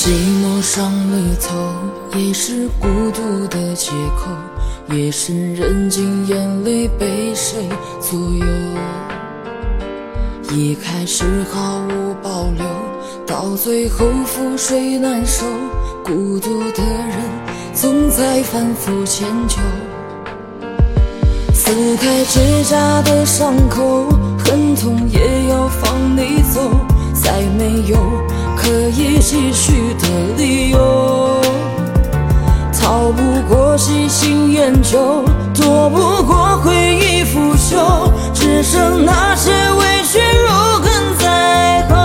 寂寞上了头，也是孤独的借口，也是人尽眼泪被谁左右。一开始毫无保留，到最后覆水难收，孤独的人总在反复迁就。撕开结痂的伤口，很痛也要放你走，再没有可以继续的理由。逃不过喜新厌旧，躲不过回忆腐朽，只剩那些委屈如鲠在喉。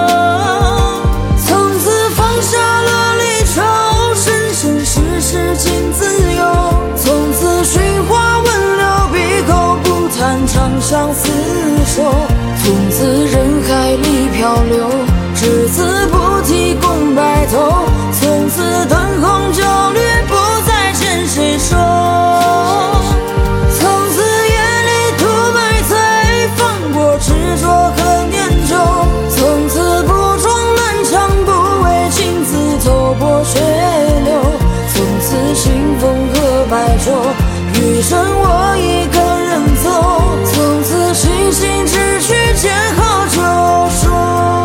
从此放下了离愁，生生世世尽自由。从此寻花问柳闭口，不谈长相厮守。从此人海里漂流，只字不提共白头。从此灯红酒绿，不再牵谁手。从此夜里涂白翠，放过执着和念旧。从此不装满腔，不为情字头破血流。从此清风和白昼，余生我一个人走。从此星星只需见好就收。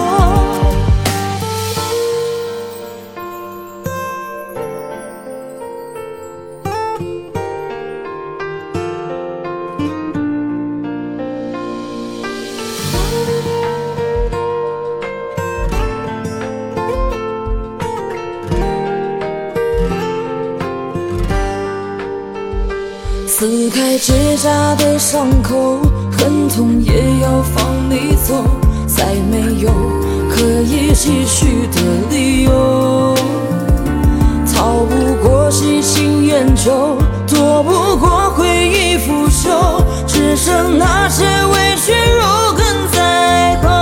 撕开结痂的伤口，很痛也要放你走，再没有可以继续的理由。逃不过喜新厌旧，躲不过回忆腐朽，只剩那些委屈如鲠在喉。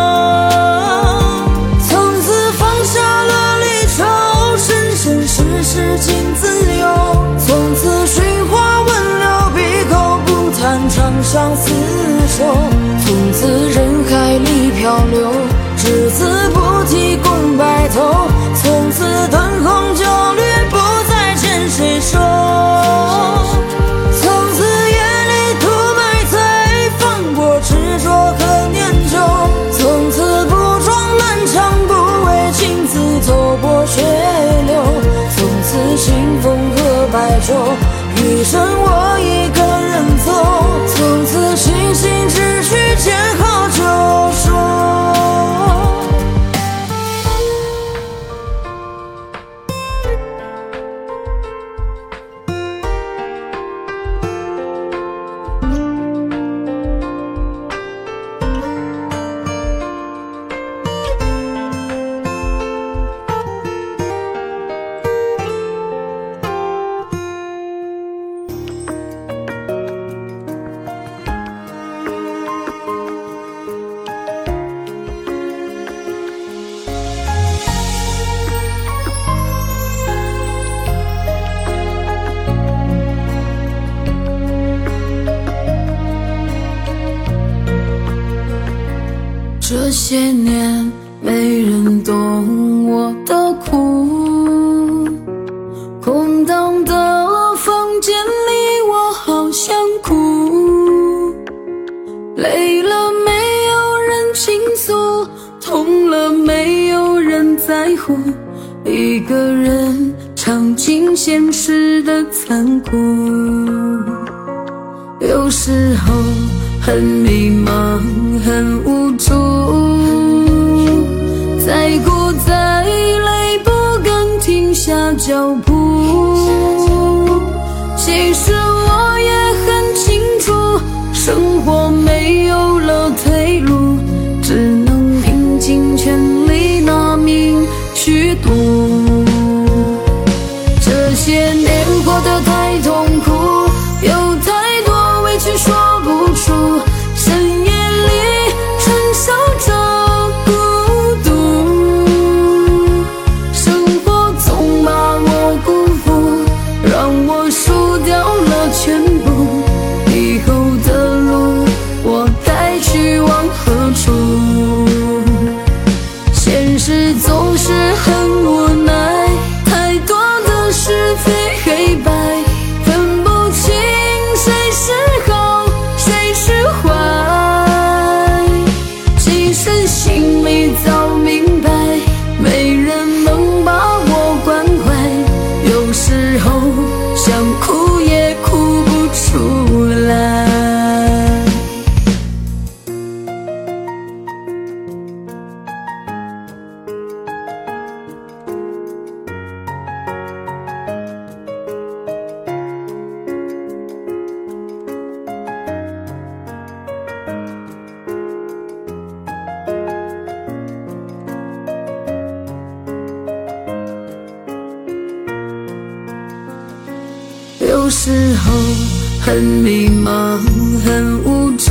从此放下了离愁，生生世世尽自由。从此寻花问柳闭口，不谈长相厮守。从此人海里漂流，只字不提共白头。从此灯红酒绿，不再牵谁手。从此夜里涂白翠，放过执着和念旧。从此不装满腔，不为情字头破血流。从此清风和白昼，余生我一个人走。从此星星只需见好就收。这些年没人懂我的苦，空荡的房间里我好想哭。累了没有人倾诉，痛了没有人在乎，一个人尝尽现实的残酷。有时候很迷茫，很无助，再苦再累不敢停下脚步。其实我也很清楚，生活没有了退路，只能拼尽全力拿命去赌。这些年过得太痛苦，有太多委屈说不出，深夜里承受着孤独。生活总把我辜负，让我输掉了全部。以后的路我该去往何时候很迷茫，很无助，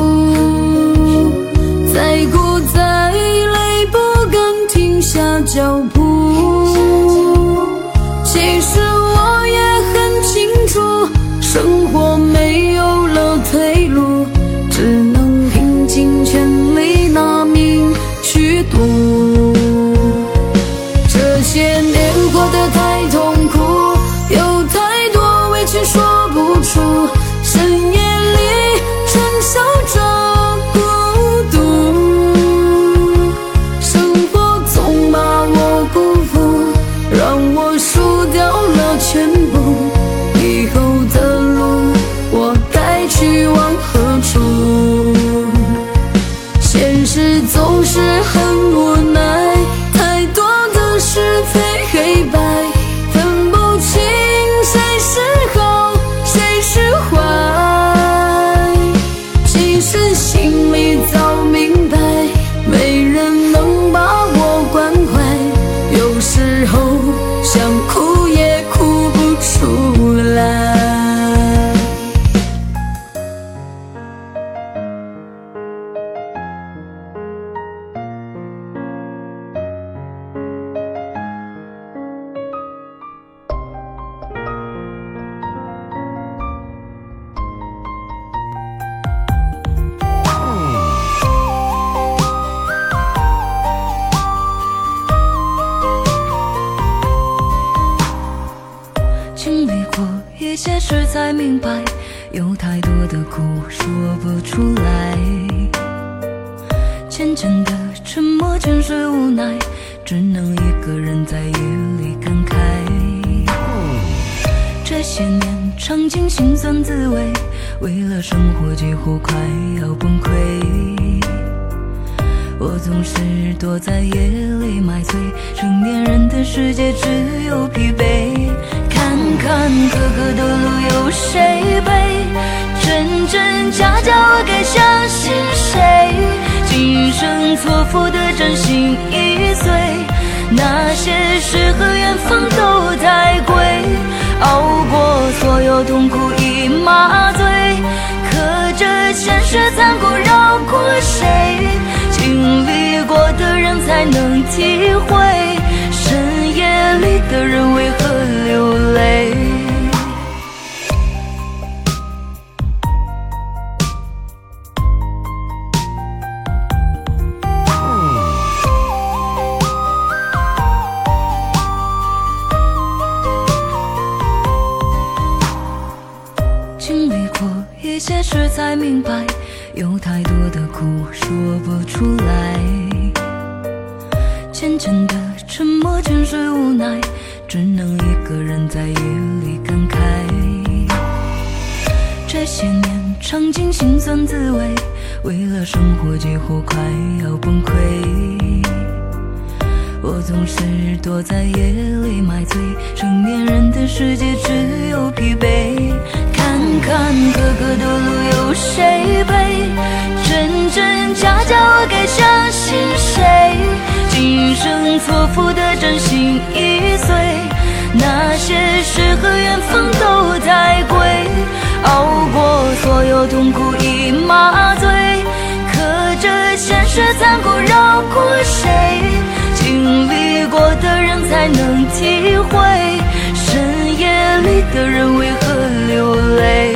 再苦再累不敢停下脚步。其实我也很清楚，生活没有了退路，只能拼尽全力拿命去赌。这些年过得太痛苦，有太多委屈说不出，深夜里承受着孤独。生活总把我辜负，让我输掉了全部。以后的路我该去往何处？现实总是很无奈，太多的是非黑白，分不清谁是好谁是坏。其实心里早明白，没人能把我关怀，有时候想哭也哭不出来。 经历过一些事才明白，有太多的苦说不出来。渐渐的沉默全是无奈，只能一个人在夜里感慨。这些年尝尽辛酸滋味，为了生活几乎快要崩溃。我总是躲在夜里买醉，成年人的世界只有疲惫。看看可可的路有谁背？真真假假我该相信谁？今生错付的真心易碎，那些诗和远方都太贵。熬过所有痛苦已麻醉，可这现实残酷绕过谁？经历过的人才能体会，深夜里的人为何流泪。经历过一些事才明白，有太多的苦说不出来。渐渐的沉默全是无奈，只能一个人在夜里感慨。这些年尝尽辛酸滋味，为了生活几乎快要崩溃。我总是躲在夜里买醉，成年人的世界只有疲惫。看看可可的路有谁背？真真假假我该相信谁？今生错付的真心易碎，那些诗和远方都太贵。熬过所有痛苦已麻醉，可这现实残酷绕过谁？经历过的人才能体会，深夜里的人为何流泪。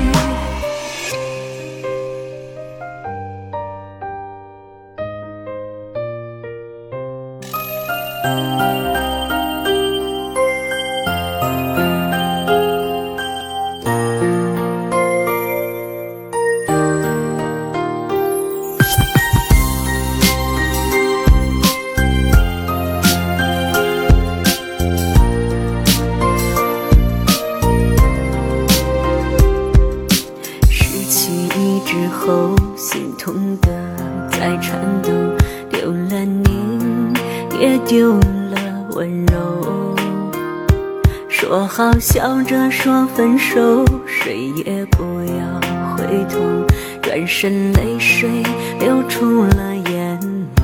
心痛的在颤抖，丢了你，也丢了温柔。说好笑着说分手，谁也不要回头。转身泪水流出了眼眸。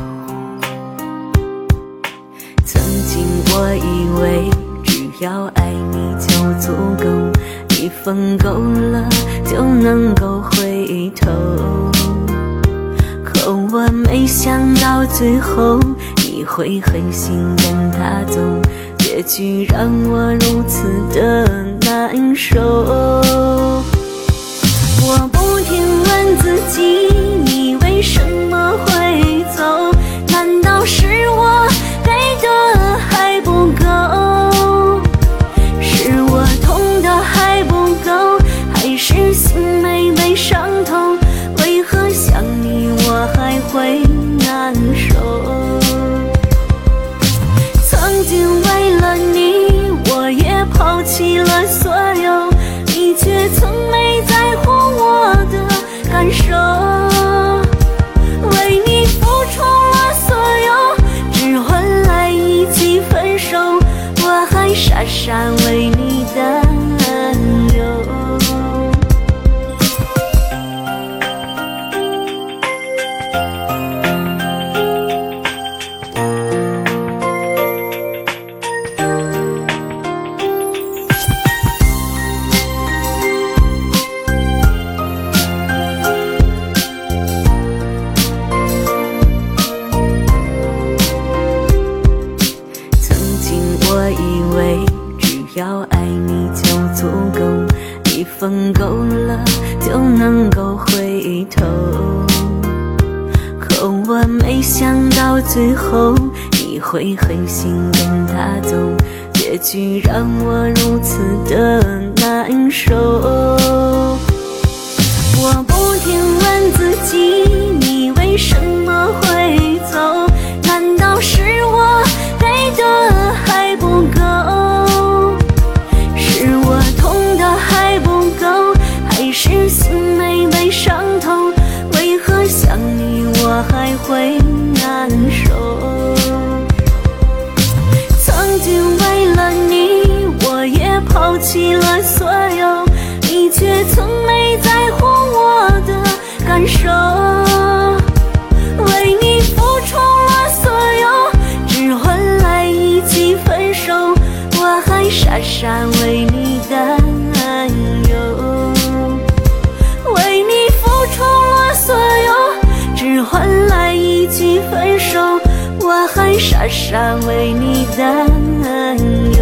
曾经我以为只要爱你就足够，你份够了就能够回头，可我没想到最后你会狠心跟他走，结局让我如此的难受。我不停问自己，你为什么会走？难道是我给的还不够？是我痛的还不够？还是心没被伤透？为何想你我还会难受？曾经为了你，我也抛弃了所有，你却从没在乎我的感受。为你付出了所有，只换来一句分手，我还傻傻为你担忧。要爱你就足够，一份够了就能够回头，可我没想到最后你会狠心跟他走，结局让我如此的难受。我不停问自己，你为什么会走？难道是我给的还不够？是我痛的还不够？还是心没被伤透？为何想你我还会难受？曾经为了你，我也抛弃了所有，你却从没在乎我的感受。为你付出了所有，只换来一句分手，我还傻傻为你担忧。为你付出了所有，只换来一句分手，我还傻傻为你担忧。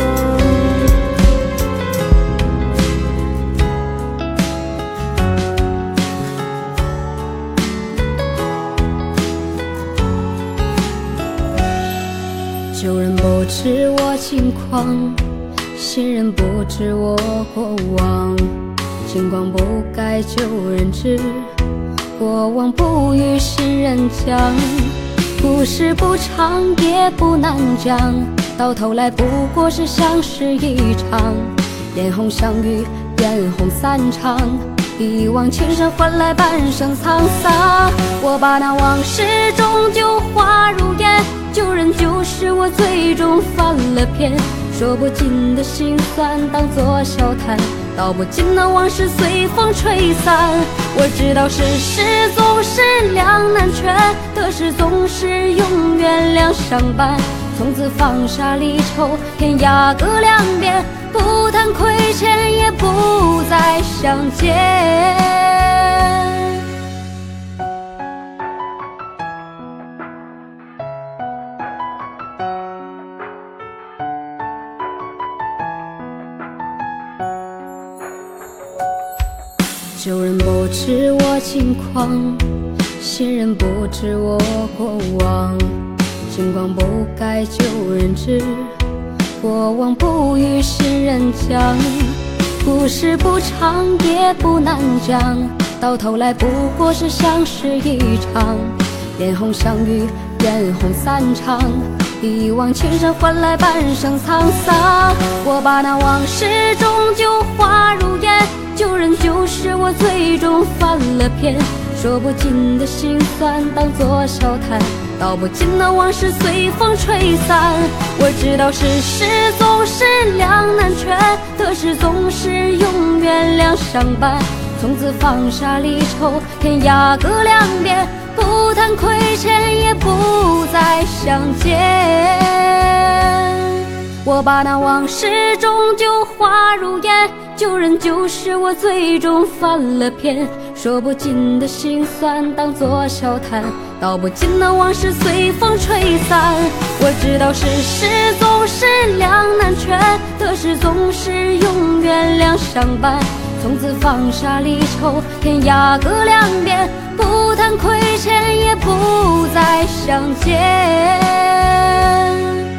旧人不知我近况，新人不知我过往。近况不该旧人知，过往不与新人讲。故事不长也不难讲，到头来不过是相识一场。眼红相遇，眼红散场，一往情深换来半生沧桑。我把那往事终究化如烟，旧人旧事我最终翻了篇，说不尽的心酸当作笑谈，道不尽的往事随风吹散。我知道世事总是两难全，得失总是永远两相伴。从此放下离愁，天涯各两边，不谈亏欠也不再相见。旧人不知我近况，新人不知我过往。近况不该旧人知，过往不与新人讲。故事不长也不难讲，到头来不过是相识一场。眼红相遇，眼红散场，一往情深换来半生沧桑。我把那往事终究化如烟，旧人旧事我最终翻了篇，说不尽的心酸当作笑谈，道不尽的往事随风吹散。我知道世事总是两难全，得失总是永远两相伴。从此放下离愁，天涯各两边，不谈亏欠也不再相见。我把那往事终究化如烟， 旧人旧事，我最终翻了篇，说不尽的心酸当作笑谈，道不尽的往事随风吹散。我知道世事总是两难全，得失总是永远两相伴。从此放下离愁，天涯各两边，不谈亏欠，也不再相见。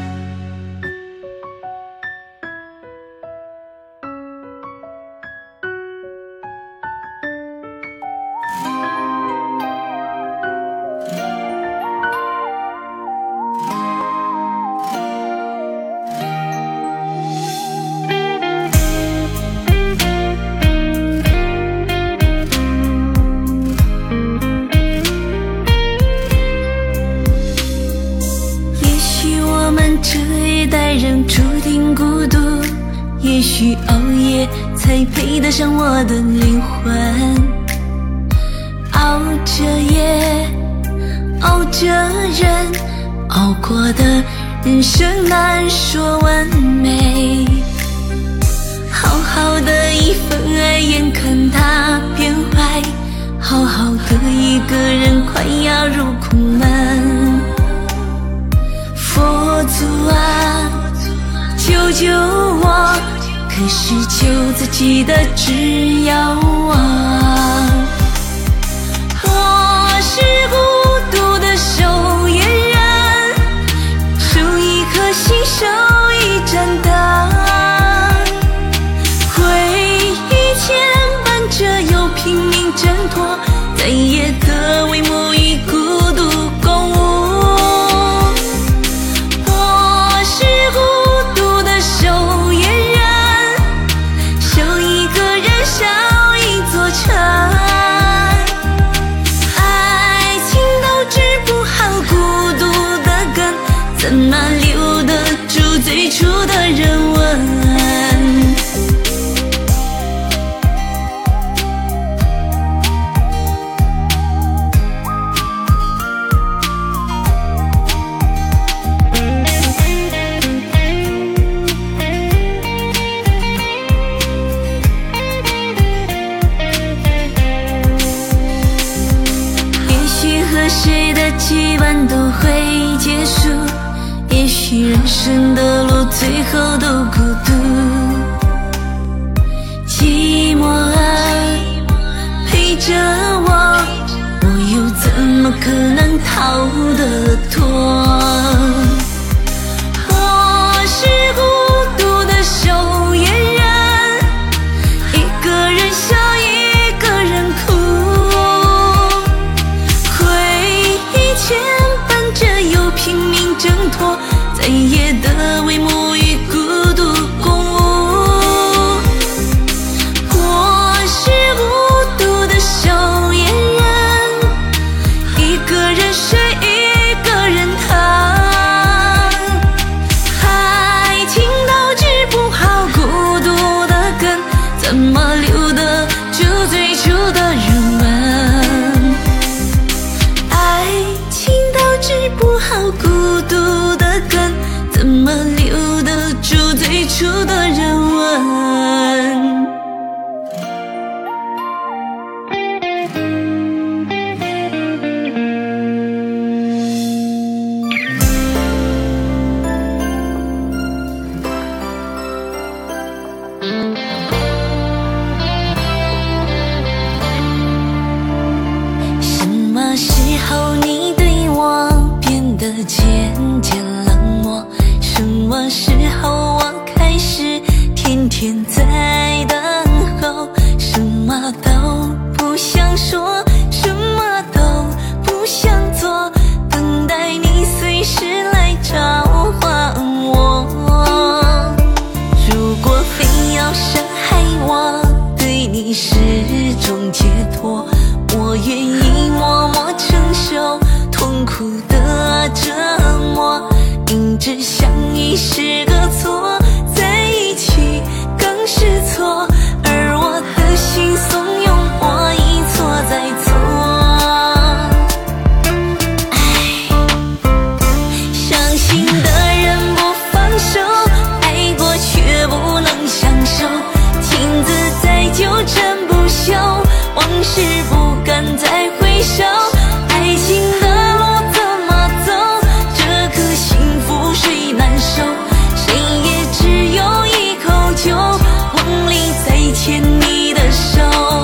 这一代人注定孤独，也许熬夜才配得上我的灵魂。熬着夜，熬着人，熬过的人生难说完美。好好的一份爱，眼看它变坏，好好的一个人快要入空门。佛祖啊，救救我，可是救自己的只有我。我是孤独的守夜人，守一颗心，守一盏灯。回忆牵绊着又拼命挣脱，再也得为母与孤独共舞。怎么留得住最初的人文？也许和谁的羁绊都会结束，也许人生的路最后都孤独。寂寞啊，陪着我，我又怎么可能逃得脱？我是孤独的守夜人，一个人笑，一个人哭。回忆牵绊着又拼命挣脱，再也得为母与孤独共舞。我是孤独的守夜人，一个人睡，一个人躺。爱情导致不好孤独的根，怎么留得住最初的人文？爱情导致不好孤独的根，怎么留得住最初的人文？什么时候你对我变得渐渐冷漠？什么时候我开始天天在等候？什么都不想说，什么都不想做，等待你随时来召唤我。如果非要伤害我，对你是种解脱，我愿意默默承受痛苦的折磨。明知相遇是个错，在一起更是事不敢再回首。爱情的路怎么走？这颗幸福谁难守？谁也只有一口酒，梦里再牵你的手。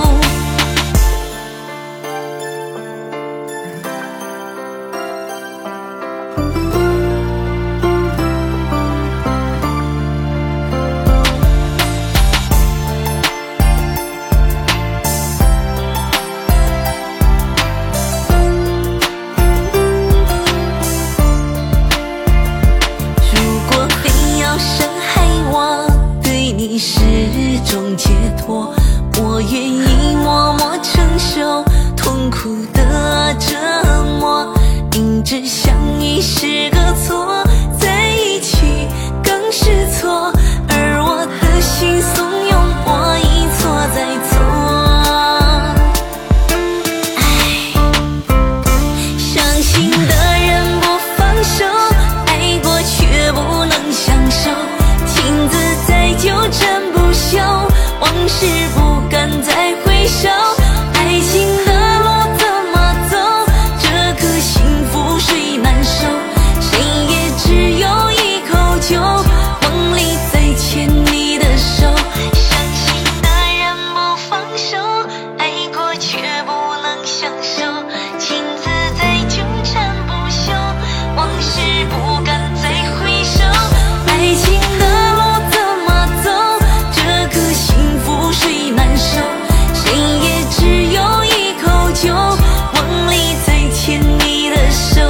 是种解脱，我愿意默默承受痛苦的折磨。明知相遇是个错，在一起更是错，而我的心怂恿我一错再错。伤心的人不放手，爱过却不能相守，情字再纠缠不休，往事不敢再回首。爱情的路怎么走？这颗幸福谁难守？谁也只有一口酒，梦里再牵你的手。伤心的人不放手，爱过却不能相守，情字再纠缠不休，往事不敢再回首。爱情的谁难受？谁也只有一口酒，梦里再牵你的手。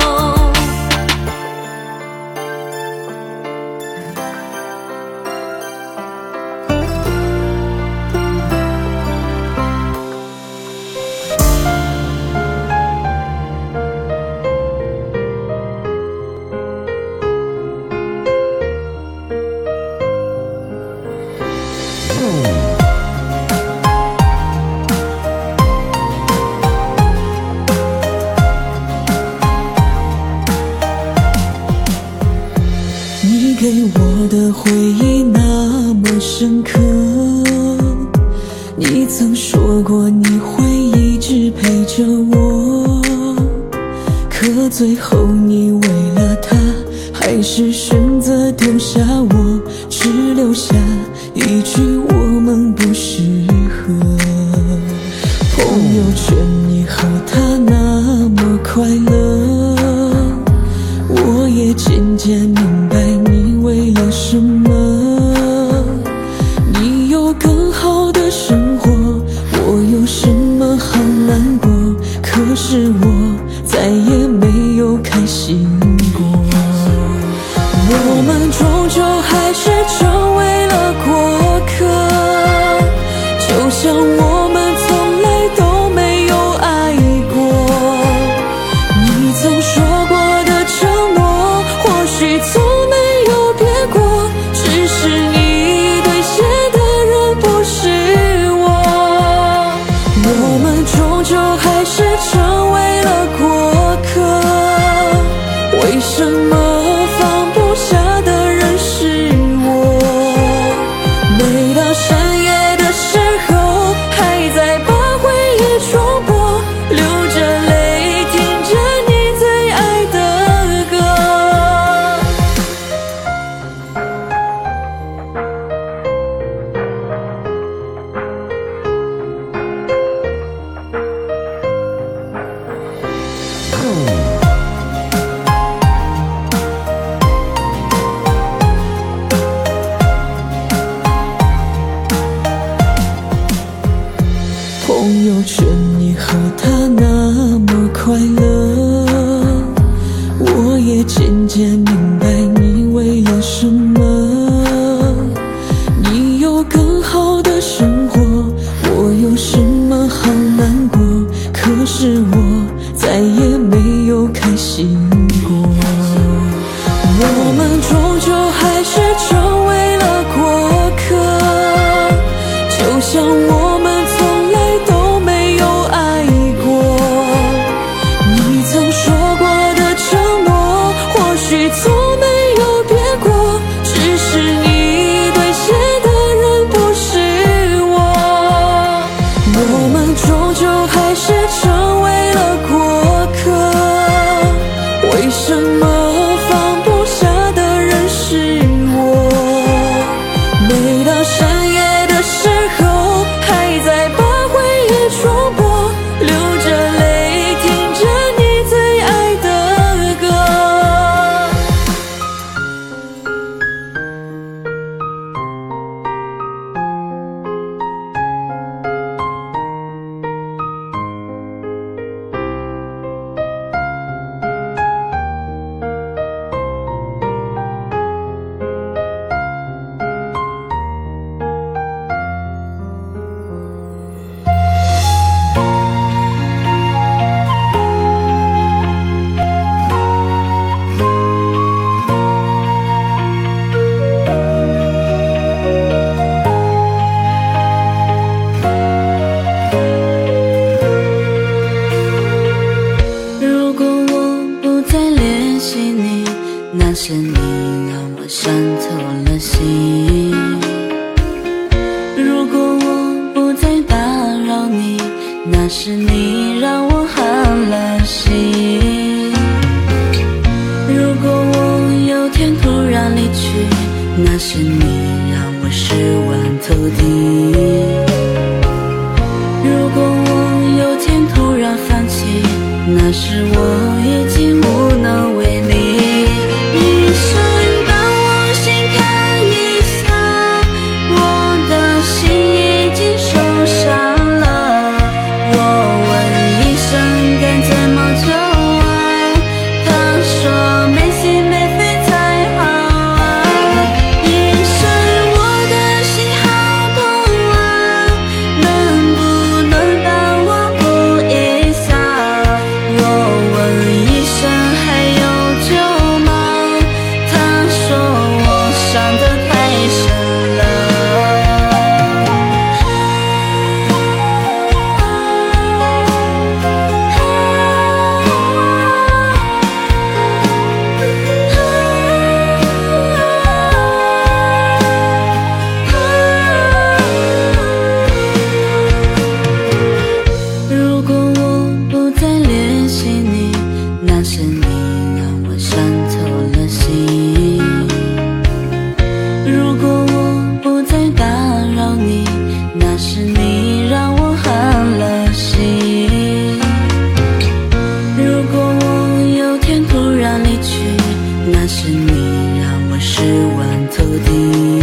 给我的回忆那么深刻，你曾说过你会一直陪着我，可最后你为了他还是选择丢下我，只留下一句我们不适合。朋友圈你和他那么快乐，我也渐渐明白你为了什么。你有更好的生活，我有什么好难过？可是我再也没有开心过。我们终究还是成为了过客，就像我们从来都没有爱过。你曾说过的承诺，或许从没有变过，只是你兑现的人不是我。我们终究还是成为了过客，为什么放不下的人是我？每当深夜的时候，还在把回忆重播，流着泪听着你最爱的歌。朋友圈你和他那么快乐，我也渐渐明白你为了什么。你有更好的生活，我有什么好难过？可是我再也没有开心过。我们终究还是成为了过客，就像我们从来都没有爱过。你曾说过的承诺，或许从没有变过，只是你兑现的人不是我。我们终究你让我寒了心。如果我有天突然离去，那是你让我失望透顶。如果我有天突然放弃，那时我已经无能为力。医生帮我心看一下，我的心已经受伤了。我问医生该怎么救啊，他说没心没肺才好啊。医生，我的心好痛啊，能不能帮我补一下？我问医生还有救吗？他说我伤得太深了。如果我不再联系你，那是你让我伤透了心。如果我不再打扰你，那是你让我寒了心。如果我有天突然离去，那是你让我失望透顶。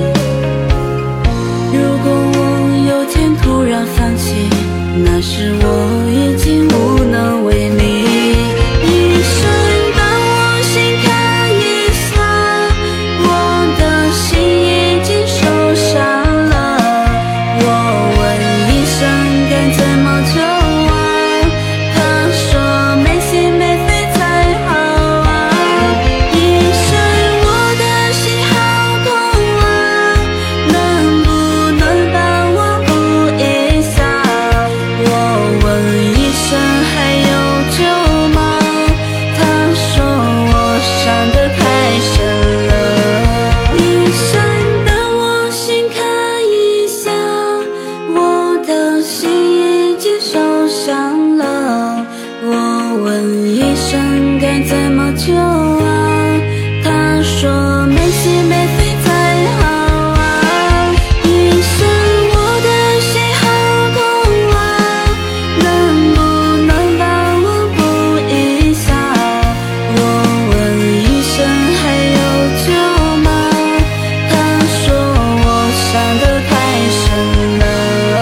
如果我有天突然放弃，那时我已经无能为力。医生帮我心看一下，我的心已经受伤了。我问医生该怎么救啊，他说没心没肺才好啊。医生，我的心好痛啊，能不能帮我补一下？我问医生还有救吗？他说我伤得太深了。医生帮我心看一下，我的心已经受伤了。我问医生该怎么救啊，他说没心没肺才好啊。医生，我的心好痛啊，能不能帮我补一下？我问医生还有救吗？他说我伤得太深了。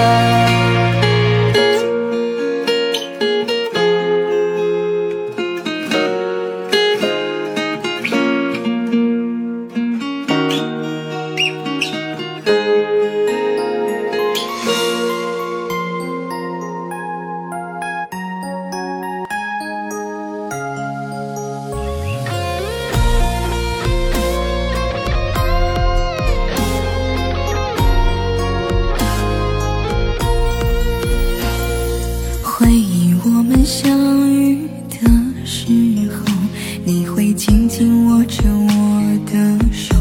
回忆我们相遇的时候，你会紧紧握着我的手，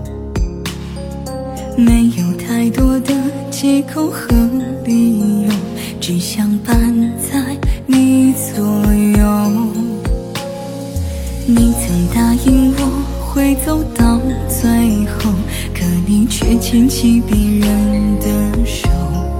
没有太多的借口和理由，只想伴在你左右。你曾答应我会走到最后，可你却牵起别人的手，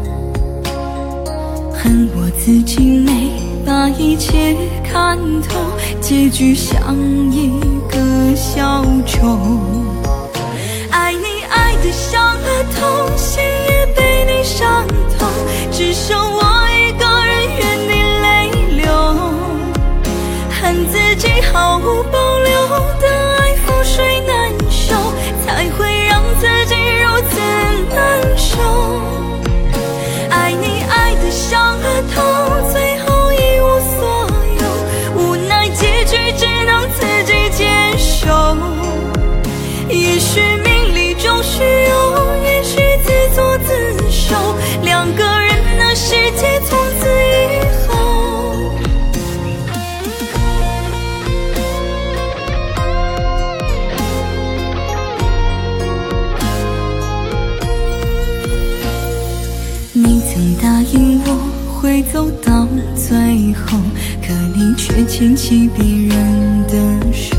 恨我自己没把一切看透，结局像一个小丑。爱你爱得伤了痛，心也被你伤透，只剩我一个人原地泪流，恨自己毫无保留的爱覆水难收，才会让自己如此难受。爱你爱得伤了痛，最后一无所有，无奈结局只能自己接受。也许命里终须有，也许自作自受，两个人的世界最后，可你却牵起别人的手，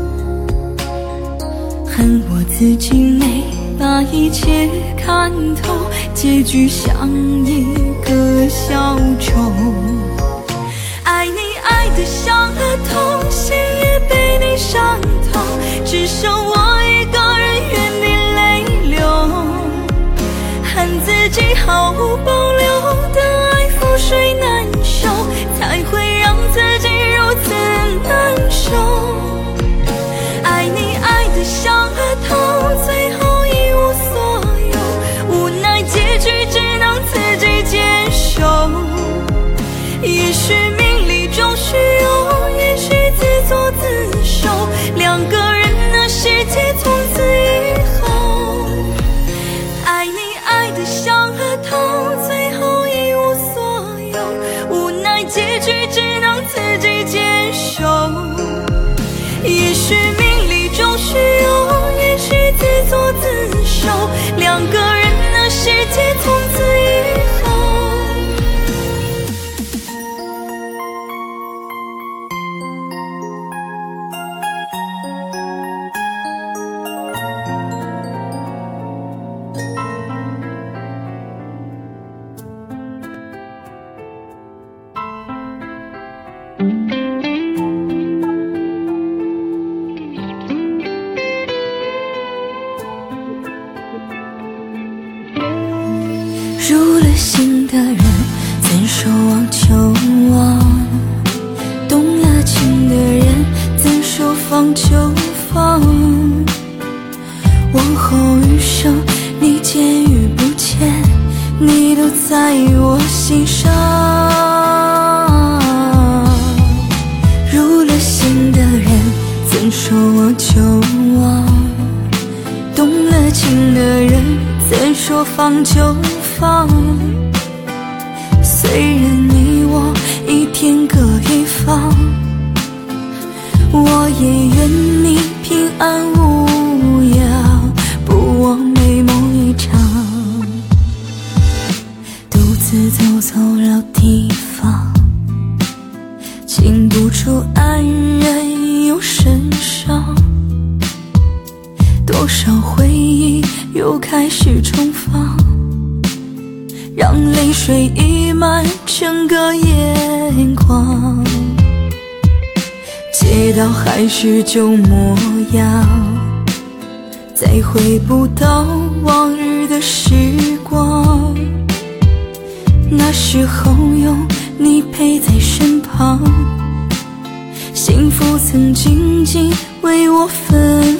恨我自己没把一切看透，结局像一个小丑。爱你爱得像个痛，心也被你伤透，只剩我一个人原地泪流，恨自己毫无保留的爱覆水难收，才会让自己如此难受。爱你爱得像个痛，最后一无所有，无奈结局只能自己接受。也许命里终须有，也许自作自受，两个人的世界从此以后。爱你爱得像个痛，最后一无所有，无奈结局只能自己接受。也许命里终须有，也许自作自受，两个人的世界从此以后。入了心的人，怎说忘就忘？动了情的人，怎说放就放？往后余生，你见与不见，你都在我心上。入了心的人，怎说忘就忘？动了情的人，怎说放就放？虽然你我一天各一方，我也愿你平安无恙，不枉美梦一场。独自走老地方，经不住安然又神伤，多少回忆又开始重放，让泪水溢满整个眼眶。街道还是旧模样，再回不到往日的时光。那时候有你陪在身旁，幸福曾静静为我芬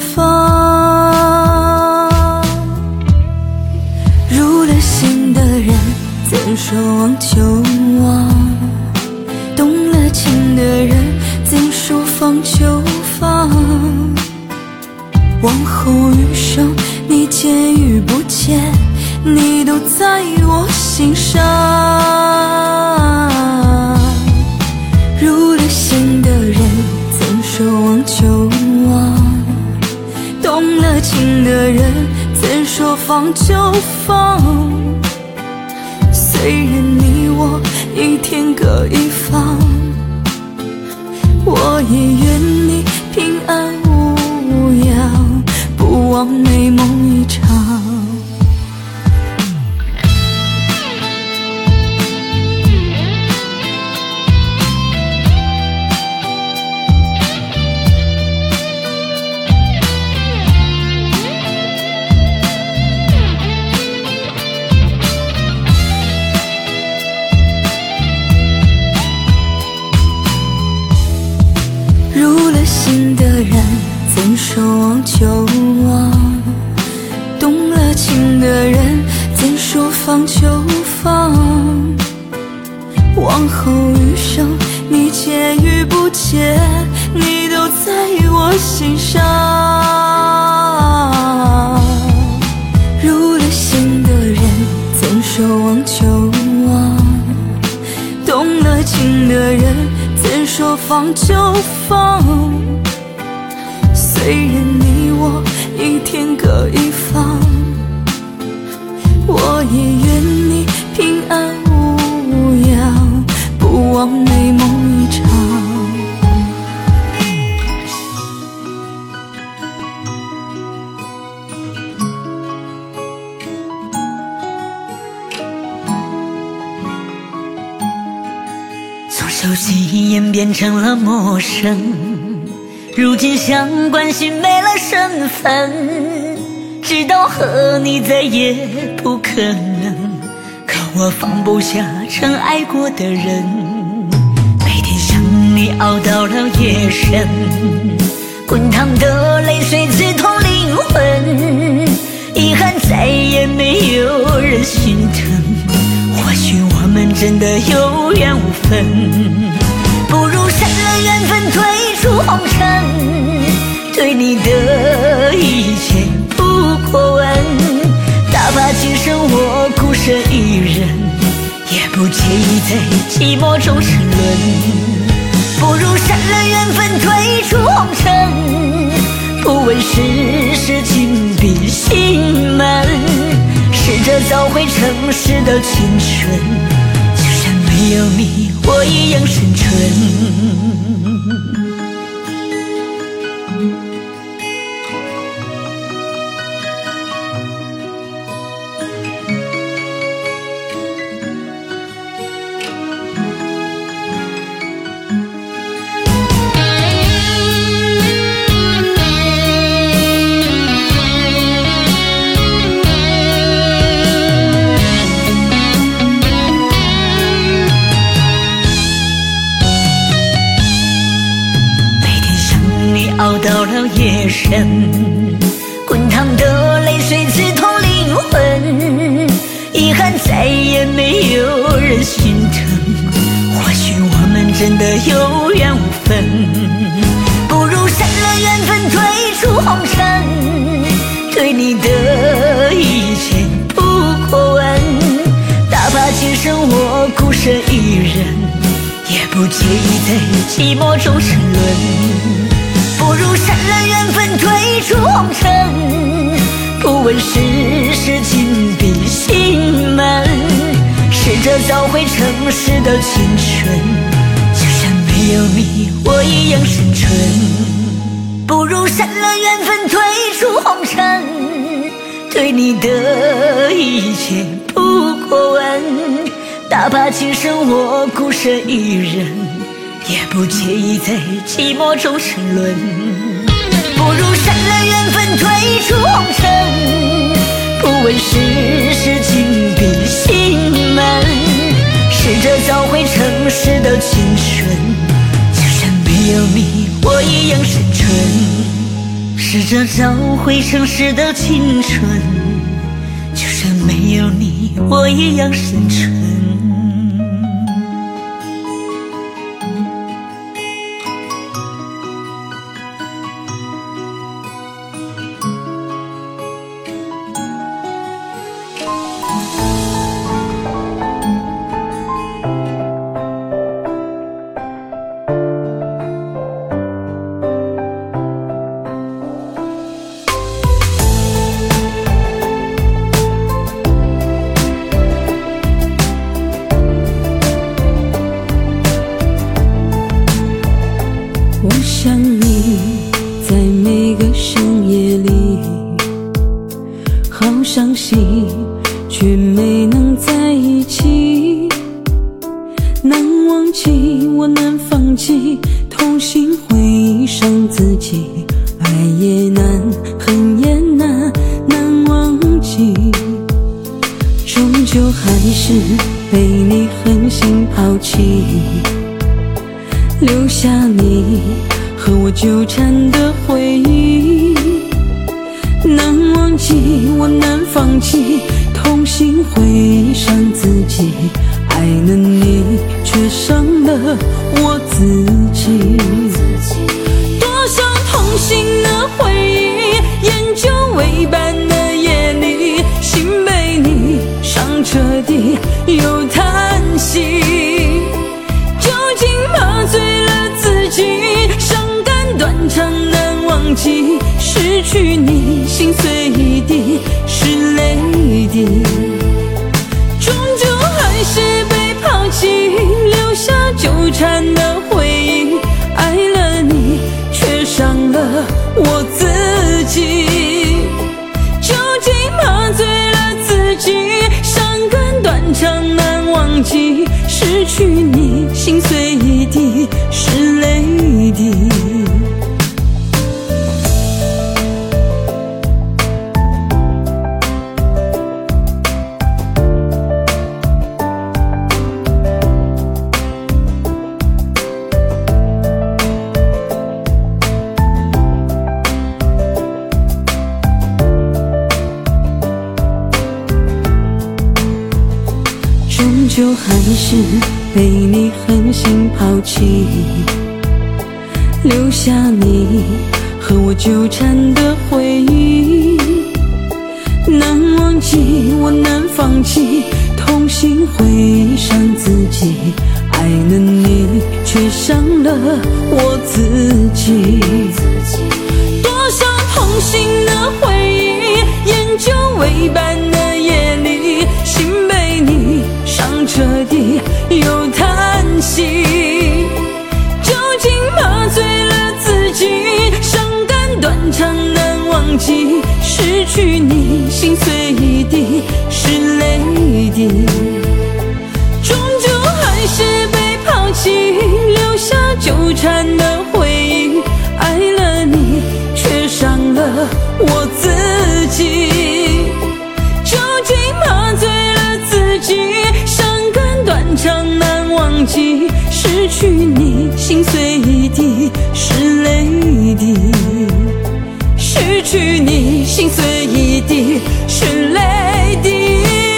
芳。入了心的人，怎说忘就忘？动了情的人，怎说放就放？往后余生，你见与不见，你都在我心上。入了心的人，怎说忘就忘？动了情的人，怎说放就放？虽然你我一天各一方，我也愿你平安无恙，不枉美梦一场。入了心的人，怎说忘就忘？动了情的人，怎说放就放？往后余生，你见与不见，你都在我心上。入了心的人，怎说忘就忘？动了情的人，怎说放就放？虽然你我一天各一方，我也愿你平安无恙，不我美梦一场。 从熟悉演变成了陌生，如今像关系没了身份，知道和你再也不可能，可我放不下曾爱过的人。每天想你熬到了夜深，滚烫的泪水刺痛灵魂，遗憾再也没有人心疼，或许我们真的有缘无分，不如删了缘分，退出红尘，对你的一切不过问，哪怕今生我孤身一人，也不介意在寂寞中沉沦。不如删了缘分，退出红尘，不问世事，紧闭心门，试着找回诚实的青春，就算没有你，我一样生存。熬到了夜深，滚烫的泪水刺痛灵魂，遗憾再也没有人心疼，或许我们真的有缘无分，不如删了缘分，退出红尘，对你的一切不过问，哪怕今生我孤身一人，也不介意在寂寞中沉沦。不如删了缘分，退出红尘，不问世事，紧闭心门，试着找回诚实的青春，就算没有你，我一样生存。不如删了缘分，退出红尘，对你的一切不过问，哪怕今生我孤身一人，也不介意在寂寞中沉沦。不如删了缘分，退出红尘，不问世事，紧闭心门，试着找回诚实的青春，就算没有你，我一样生存。试着找回诚实的青春，就算没有你，我一样生存。 我想你在每个深夜里，好伤心，却没能在一起。难忘记，我难放弃，痛心回忆伤自己，爱也难，恨也难，难忘记。终究还是被你狠心抛弃，留下你和我纠缠的回忆。难忘记，我难放弃，痛心回忆伤自己，爱了你却伤了我自己。多少痛心的回忆，烟酒为伴的夜里，心被你伤彻底，又叹息。究竟麻醉了自己，伤感断肠难忘记，失去你心碎一地是泪滴，终究还是被抛弃，留下就缠的回忆，爱了你却伤了我自己。酒精麻醉了自己，伤感断肠难忘记，失去你心碎一地是泪滴。终究还是被你狠心抛弃，留下你和我纠缠的回忆。难忘记，我难放弃，痛心会伤自己，爱了你却伤了我自己。多少痛心的回忆，烟酒为伴的夜里，心被你伤彻底又叹息。酒精麻醉了自己，伤感断肠难忘记，失去你心碎一地是泪滴。终究还是被抛弃，留下纠缠的回忆，爱了你却伤了我自己。酒精麻醉了自己，伤感断肠难忘记，失去你心碎一地是泪滴。失去你心碎一地是泪滴。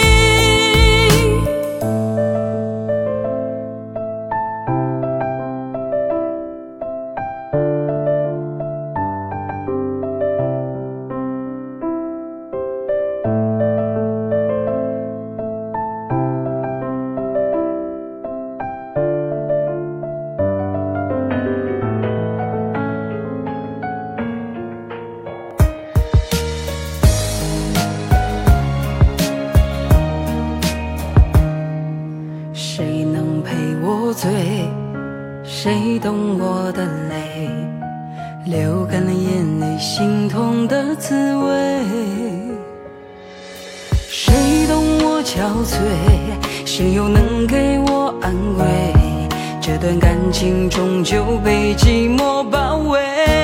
谁能陪我醉？谁懂我的泪？流干了眼泪，心痛的滋味。谁懂我憔悴？谁又能给我安慰？这段感情终究被寂寞包围。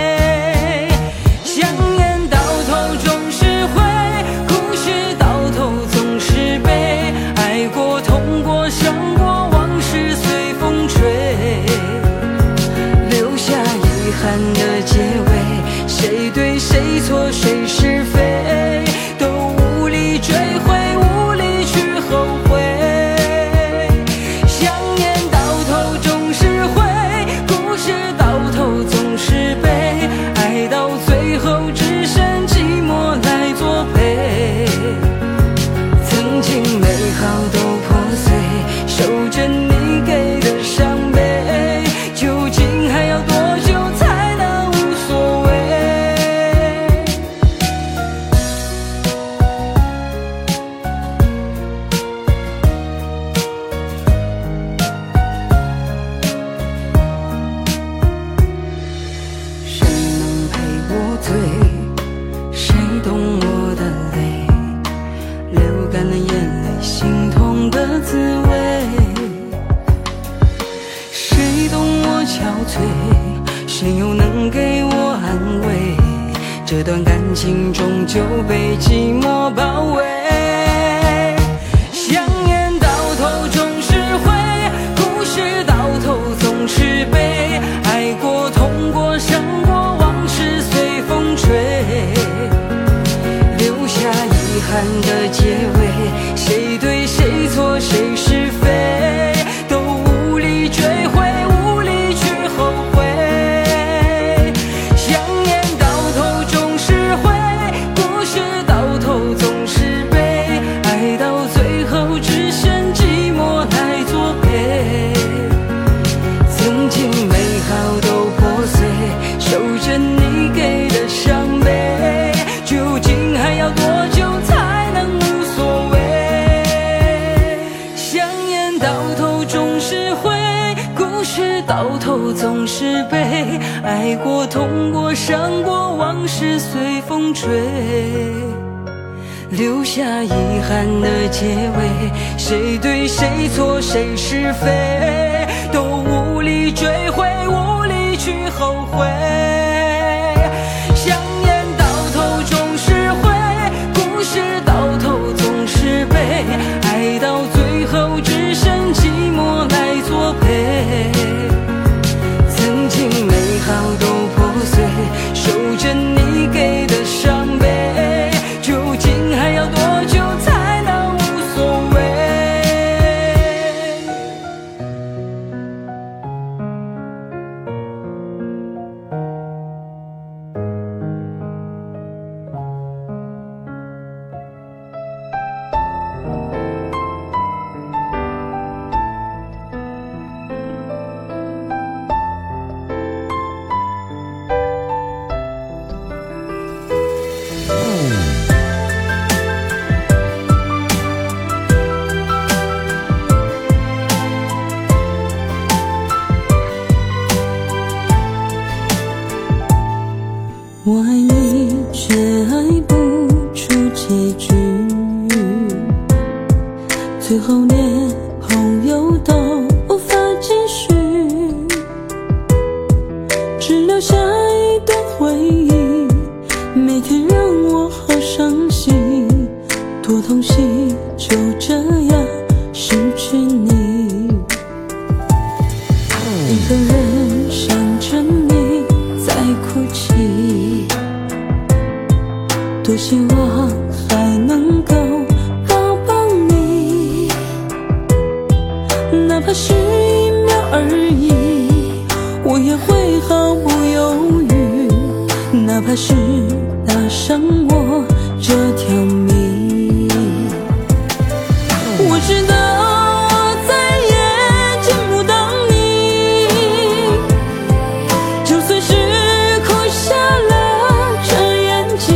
香烟到头终是灰，故事到头总是悲。爱过痛过想过，往事随风吹，留下遗憾的结尾。谁对谁错谁是非，都无力追回，无力去后悔。香烟到头终是灰，故事到头总是悲。爱到最后只剩寂寞来作陪。曾经美好都破碎，守着你给的伤悲，究竟还要多久才能无所谓？谁能陪我醉？谁懂我的泪？流干了眼泪，心痛的滋味。谁懂我憔悴？谁又能给我安慰？这段感情终究被寂寞包围。香烟到头终是灰，故事到头总是悲。爱过痛过想过，往事随风吹，留下遗憾的结尾。谁对谁错谁是非，都无力追回，无力去后悔。香烟到头终是灰，故事到头总是悲。 事到头总是悲，爱过痛过伤过，往事随风吹，留下遗憾的结尾，谁对谁错谁是非，都无力追悔，无力去后悔。香烟到头终是灰，故事到头总是悲，爱到最后只剩寂寞来作陪。曾经美好都破碎，守着你给的伤悲，究竟还要多久才能无所谓？ 我爱你，却爱不出结局，最后连朋友都无法继续，只留下一段回忆，每天让我好伤心，多痛心，就这样失去你，一个人想着你在哭泣，多希望还能够抱抱你，哪怕是一秒而已，我也会毫不犹豫，哪怕是搭上我这条命。我知道我再也见不到你，就算是哭瞎了这眼睛，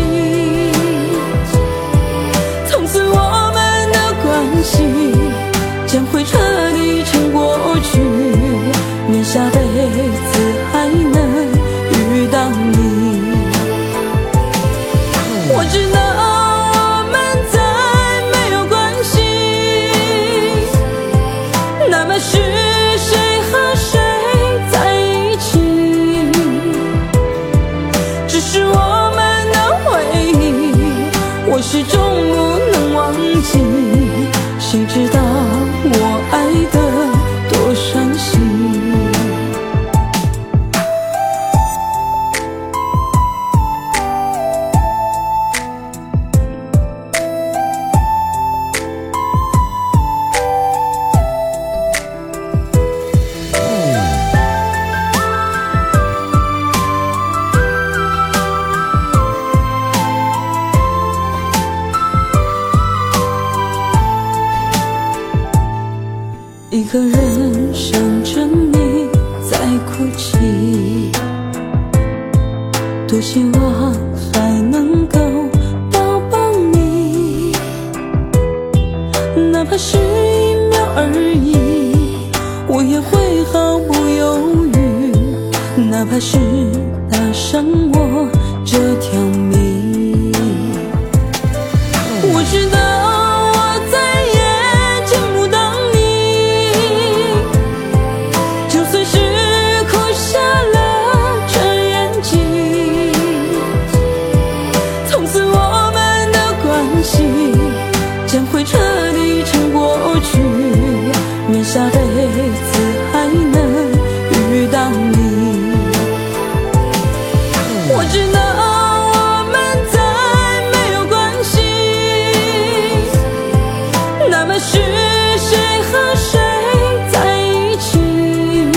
从此我们的关系将会彻底成过去，愿下辈子还能遇到你。我知道我们再没有关系，哪怕是谁和谁在一起，只是我们的回忆，我始终不能忘记，谁知道我爱得多伤心。一个人想着你在哭泣，多希望还能够抱抱你，哪怕是一秒而已，我也会毫不犹豫，哪怕是搭上我这条命。我知道我再也见不到你，就算是哭瞎了这眼睛，从此我们的关系将会彻底成过去，愿下辈子还能遇到你。我知道我们再没有关系，哪怕是谁和谁在一起，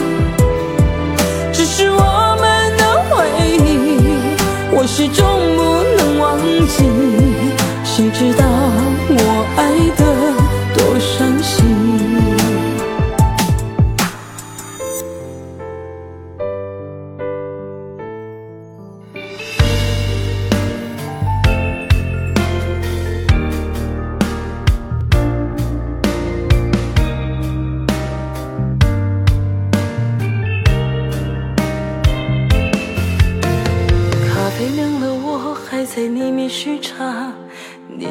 只是我们的回忆，我始终不能忘记，谁知道我爱得多伤心。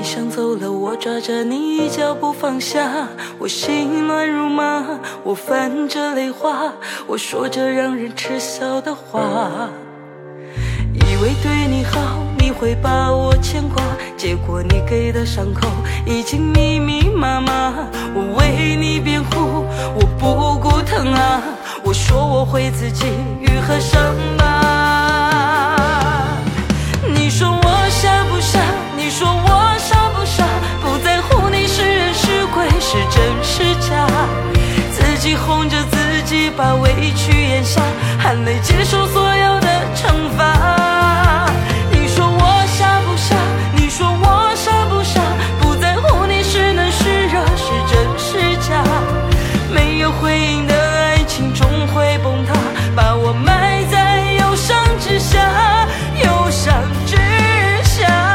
想走了，我抓着你一脚不放下，我心乱如麻，我泛着泪花，我说着让人耻笑的话，以为对你好你会把我牵挂，结果你给的伤口已经密密麻麻，我为你辩护，我不顾疼啊，我说我会自己愈合伤疤。你说我傻不傻，你说我傻不傻，不在乎你是人是鬼，是真是假，自己哄着自己把委屈咽下，含泪接受所有的惩罚。你说我傻不傻，你说我傻不傻，不在乎你是冷是热，是真是假，没有回应的爱情终会崩塌，把我埋在忧伤之下，忧伤之下。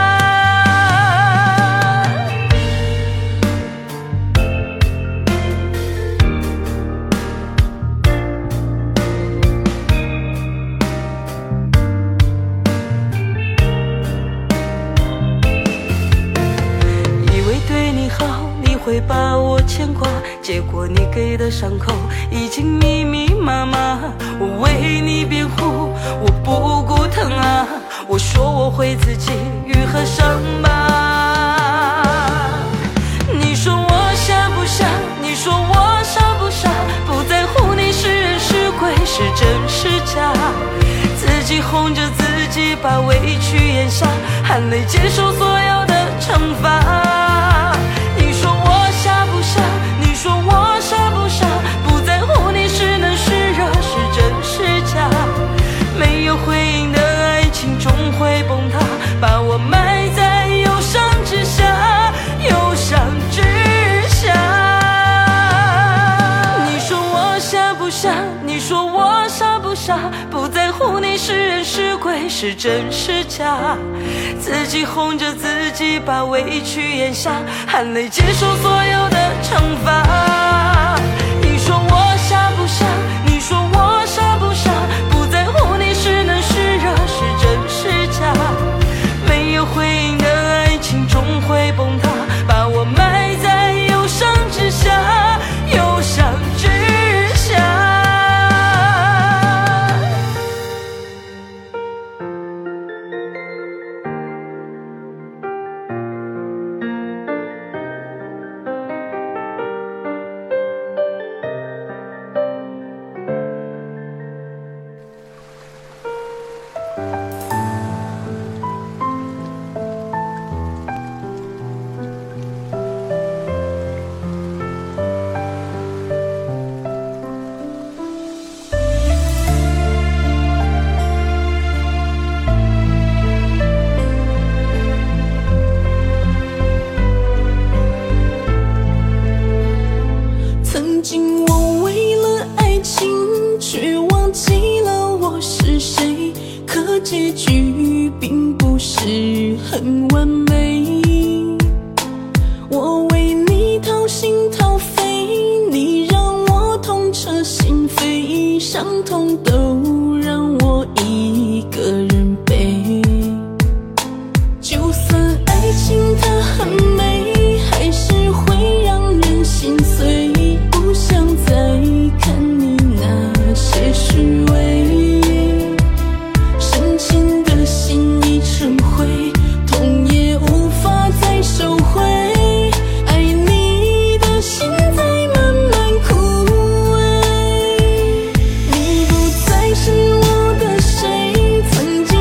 会把我牵挂，结果你给的伤口已经密密麻麻，我为你辩护，我不顾疼啊，我说我会自己愈合伤疤。你说我傻不傻，你说我傻不傻，不在乎你是人是鬼，是真是假，自己哄着自己把委屈咽下，含泪接受所有的惩罚。你说我傻不傻，你说我傻不傻，不在乎你是冷是热，是真是假，没有回应的爱情终会崩塌，把我埋在忧伤之下，忧伤之下。你说我傻不傻，你说我傻不傻，不在乎你是人是鬼，是真是假，自己哄着自己把委屈咽下，含泪接受所有的惩罚。你说我傻不傻，你说我傻不傻，不在乎你是冷是热，是真是假，没有回应的爱情终会崩塌，把我埋在忧伤之下，忧伤之下。 结局并不是很完美，我为你掏心掏肺，你让我痛彻心扉，伤痛都让我一个人背。就算爱情它很美，还是会让人心碎，不想再看你那些虚伪，痛也无法再收回，爱你的心在慢慢枯萎。你不再是我的谁，曾经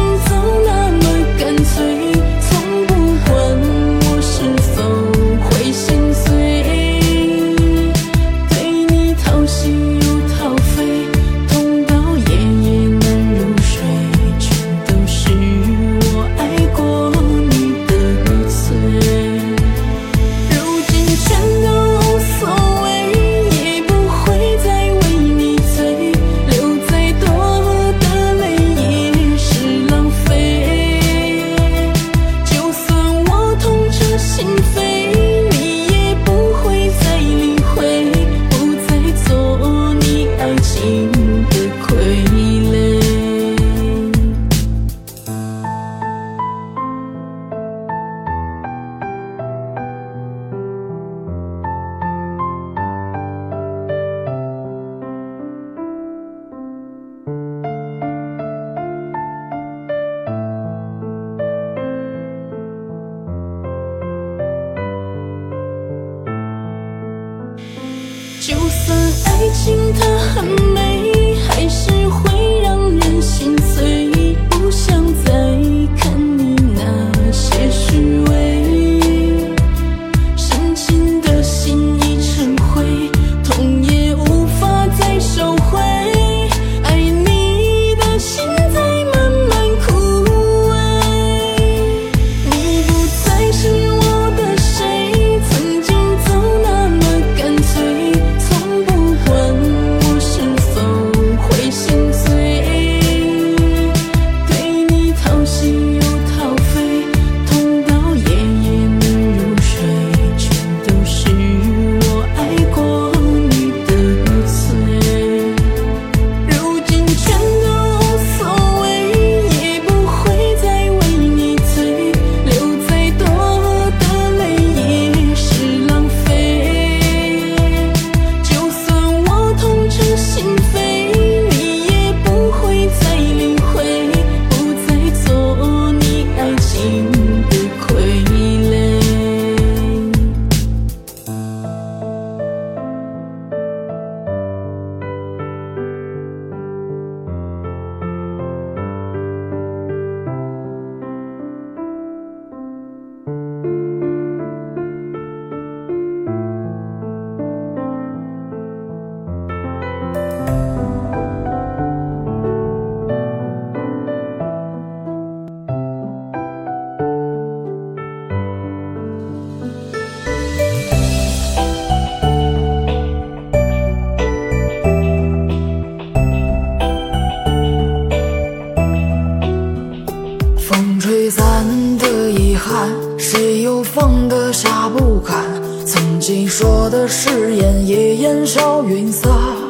谁又放得下不堪？曾经说的誓言也烟消云散。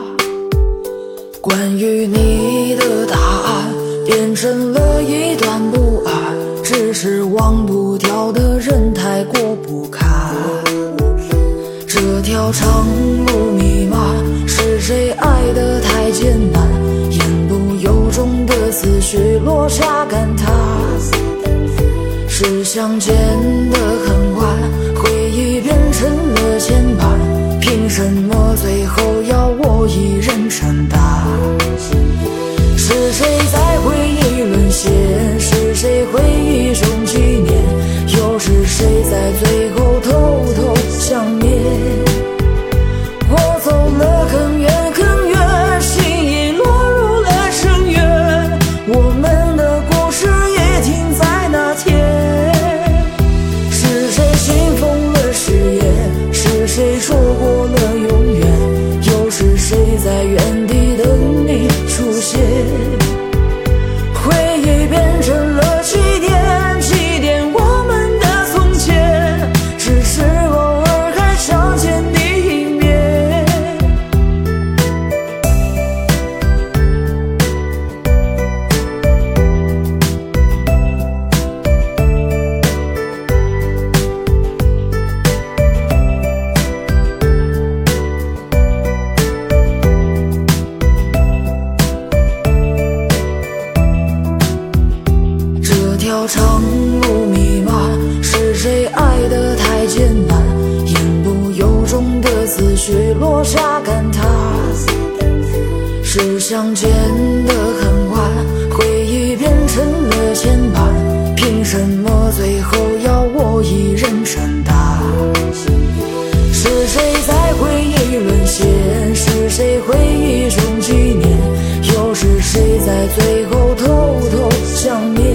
关于你的答案变成了一段不安，只是忘不掉的人太过不堪。这条长路密码，是谁爱得太艰难？言不由衷的思绪落下感叹。是相见的很晚，回忆变成了牵绊，凭什么最后要我一人承担？是谁在回忆沦陷？是谁回忆中纪念？又是谁在最后偷偷想念？我走了很远很远，心已落入了深渊，我们的故事也停在那天。是谁信奉了誓言？是谁说过了永远？又是谁在原地等你出现？回忆变成了起点，起点我们的从前，只是偶尔还想见你一面。这条长路密码，是谁爱得太艰难？言不由衷的思绪落下感叹。是相见的很晚，回忆变成了牵绊，凭什么最后要我一人承担？是谁在回忆沦陷？是谁回忆中纪念？又是谁在最后偷偷想念？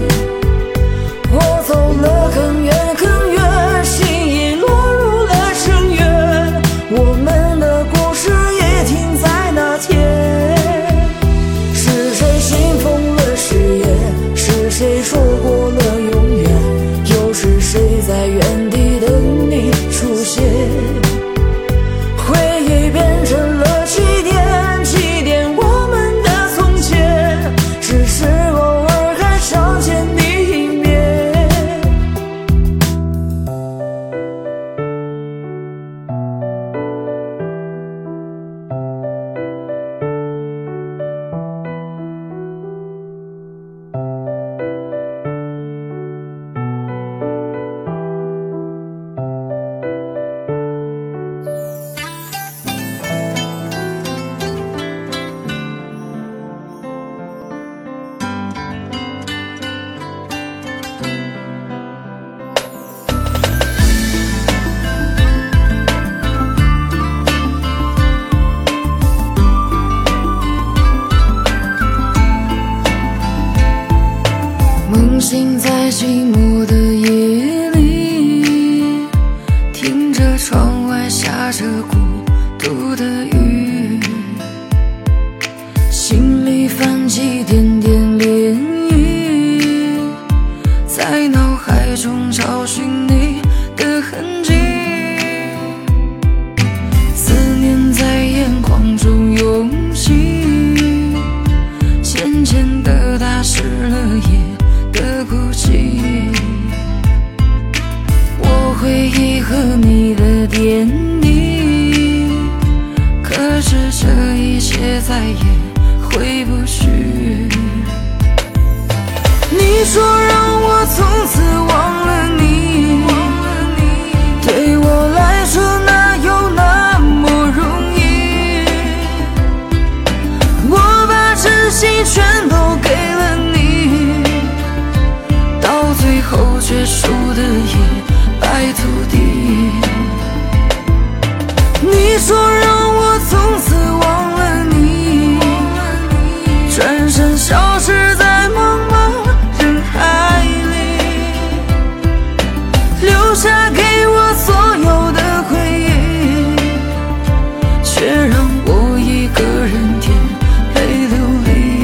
我走了很远很远，心已落入了深渊，我们的故事也停在那天。是谁信奉了誓言？是谁说过了永远？又是谁在原地等你出现？回忆变成了起点，起点我们的从前，只是偶尔还想见你一面。梦醒在寂寞的夜里，听着窗外下着孤独的雨，心里泛起点点涟漪，在脑海中找寻你的痕迹，思念在眼眶中涌起，渐渐地打湿了夜的孤寂。我回忆和你的点滴，可是这一切再也回不去。你说让我从此忘了你，对我来说哪有那么容易？我把真心全都给了你，到最后却输得一败涂地。你说让我从此忘了你，转身消失在茫茫人海里，留下给我所有的回忆，却让我一个人颠沛流离。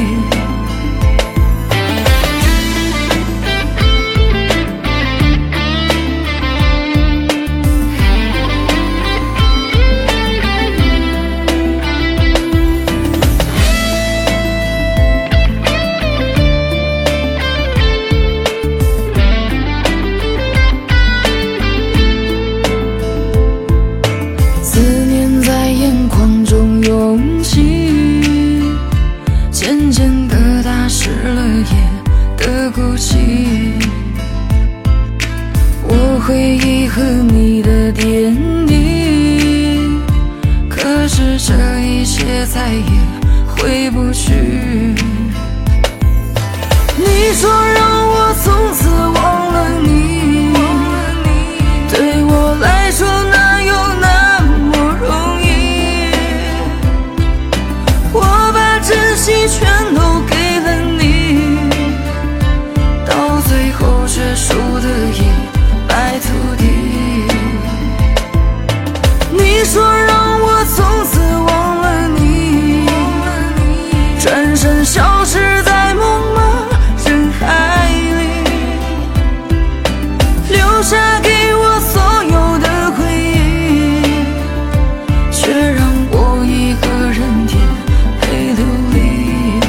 哭泣。我回忆和你的点滴，可是这一切再也回不去。你说让我从此忘了你，对我来说哪有那么容易？我把真心全都给了你，到最后却输得一败涂地。你说让我从此忘了你，转身消失在茫茫人海里，留下给我所有的回忆，却让我一个人颠沛流离。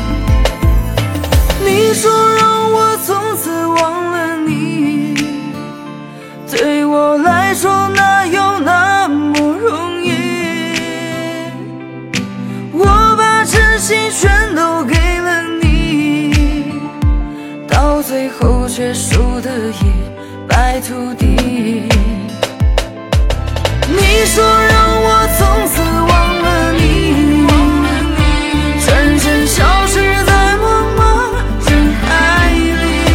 你说让我从此忘了你，对我来说哪有那么容易？我把真心全都给了你，到最后却输得一败涂地。你说让我从此忘了你，转身消失在茫茫人海里，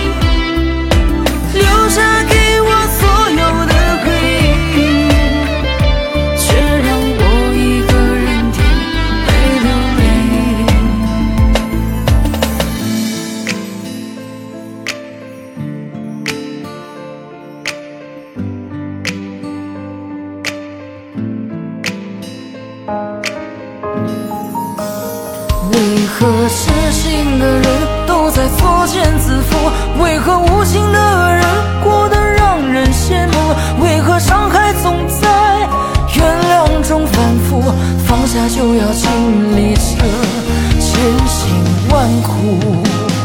留下给我所有的回忆，却让我一个人颠沛流离。为何痴心的人都在作茧自缚？为何无情的人过得让人羡慕？为何伤害总在原谅中反复？放下就要经历这千辛万苦。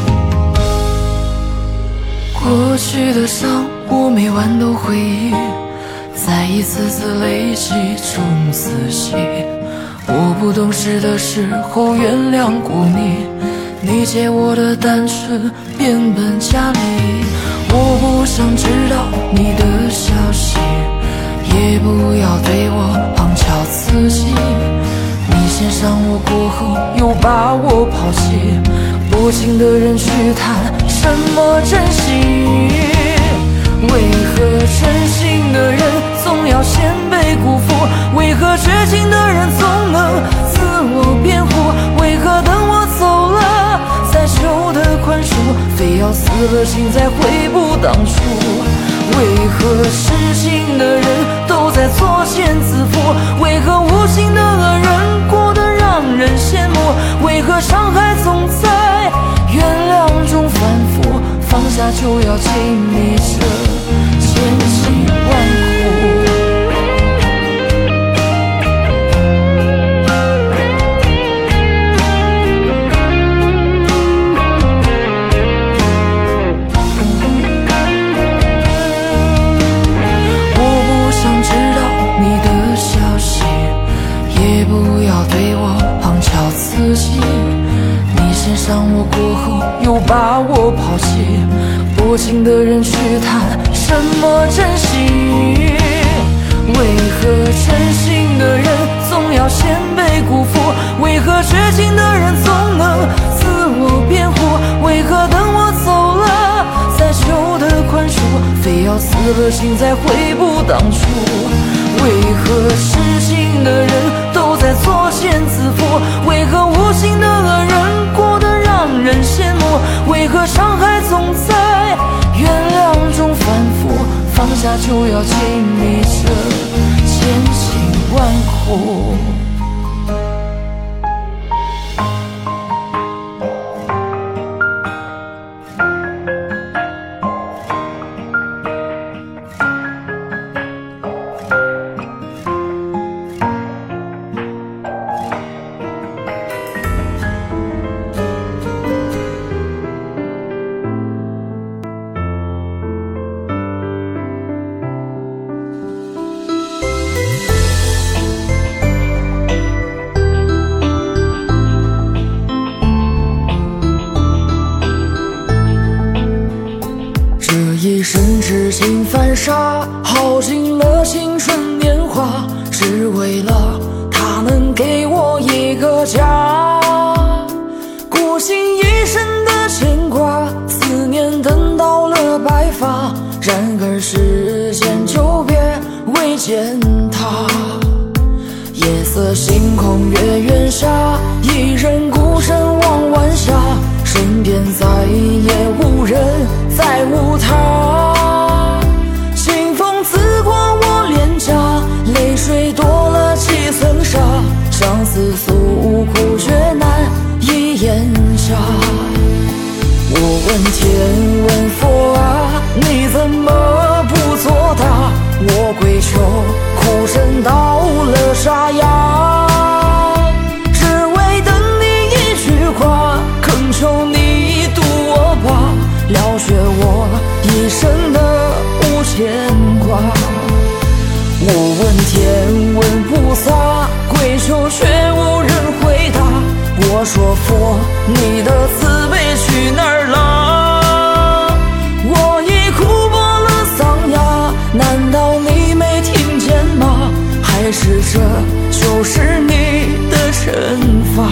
过去的伤我每晚都回忆，在一次次累积中仔细。我不懂事的时候原谅过你，你借我的单纯变本加厉。我不想知道你的消息，也不要对我旁敲侧击。你先伤我过后又把我抛弃，多情的人去谈什么珍惜？为何真心的人总要先被辜负？为何绝情的人总能自我辩护？为何等我走了才求得宽恕，非要死了心才悔不当初？为何痴心的人都在作茧自缚？为何无情的恶人过得让人羡慕？为何伤害总在原谅中反复？放下就要经历这千辛万苦。我不想知道你的消息，也不要对我旁敲侧击。你先伤我过后又把我抛弃，多情的人去谈什么珍惜？为何真心的人总要先被辜负？为何绝情的人总能自我辩护？为何等我走了才求得宽恕，非要死了心才悔不当初？为何痴心的人都在作茧自缚？为何无情的恶人过得让人羡慕？为何伤害总在原谅中反复？放下就要经历这千辛万苦。 是傻，耗尽了青春年华，只为了他能给我一个家。孤心一生的牵挂，思念等到了白发，然而时间久别未见他。夜色星空月圆下，一人孤身望晚霞，身边再也无人，再无他。清风刺过我脸颊，泪水多了几层纱，相思诉苦却难以言下。我问天问佛啊，你怎么不作答？我跪求哭声到了沙哑，只为等你一句话，恳求你渡我吧，了却我一生的无牵挂。我问天问菩萨，跪求却无人回答。我说佛，你的慈悲去哪儿了？我已哭破了嗓哑，难道你没听见吗？还是这就是你的惩罚？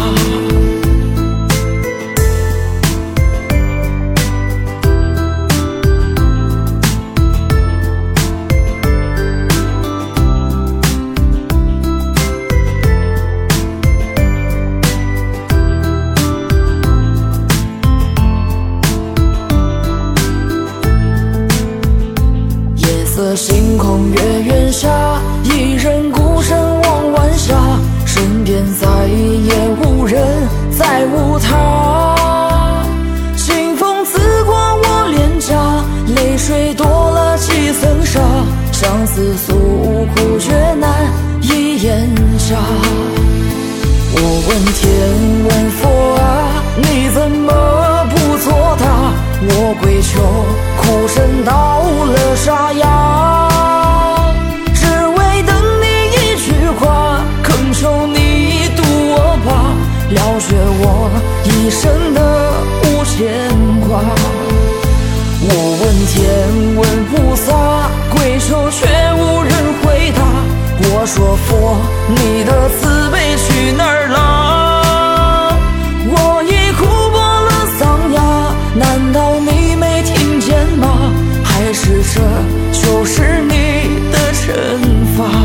星空月圆下，一人孤身望晚霞，身边再也无人，再无他。清风刺过我脸颊，泪水多了几层纱，相思诉苦却难以言下。我问天问佛啊，你怎么不作答？我跪求哭声到了沙哑，只为等你一句话，恳求你渡我吧，了却我一生的无牵挂。我问天问菩萨，跪求却无人回答。我说佛，你的慈悲去哪儿了？我已哭破了嗓哑，难道你没听见吗？还是这就是你的惩罚？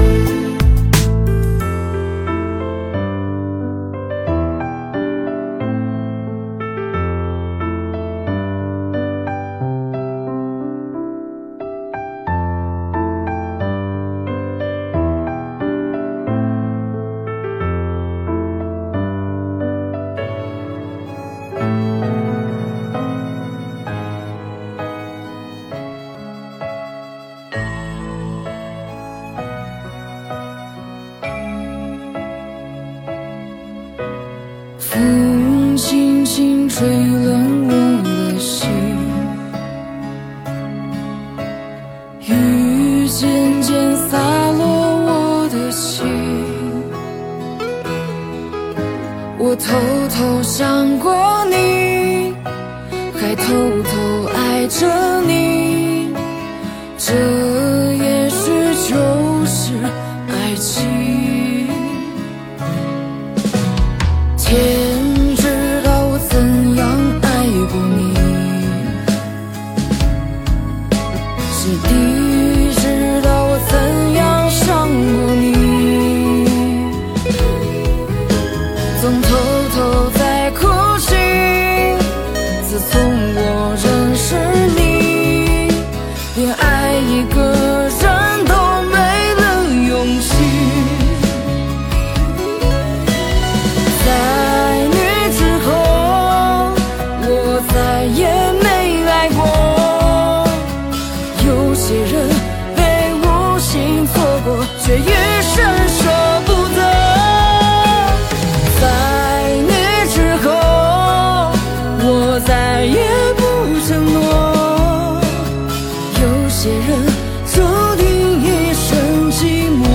风轻轻吹乱我的心，雨渐渐洒落我的心。我偷偷想过你，还偷偷爱着你，这也许就是爱情。天知道我怎样爱过你，是地知道我怎样伤过你，总偷偷在哭泣。自从我认识你，连爱一个人都没了勇气。在你之后，我再也没爱过。有些人被无心错过，却一生舍不得。在你之后，我再也不承诺。有些人注定一生寂寞。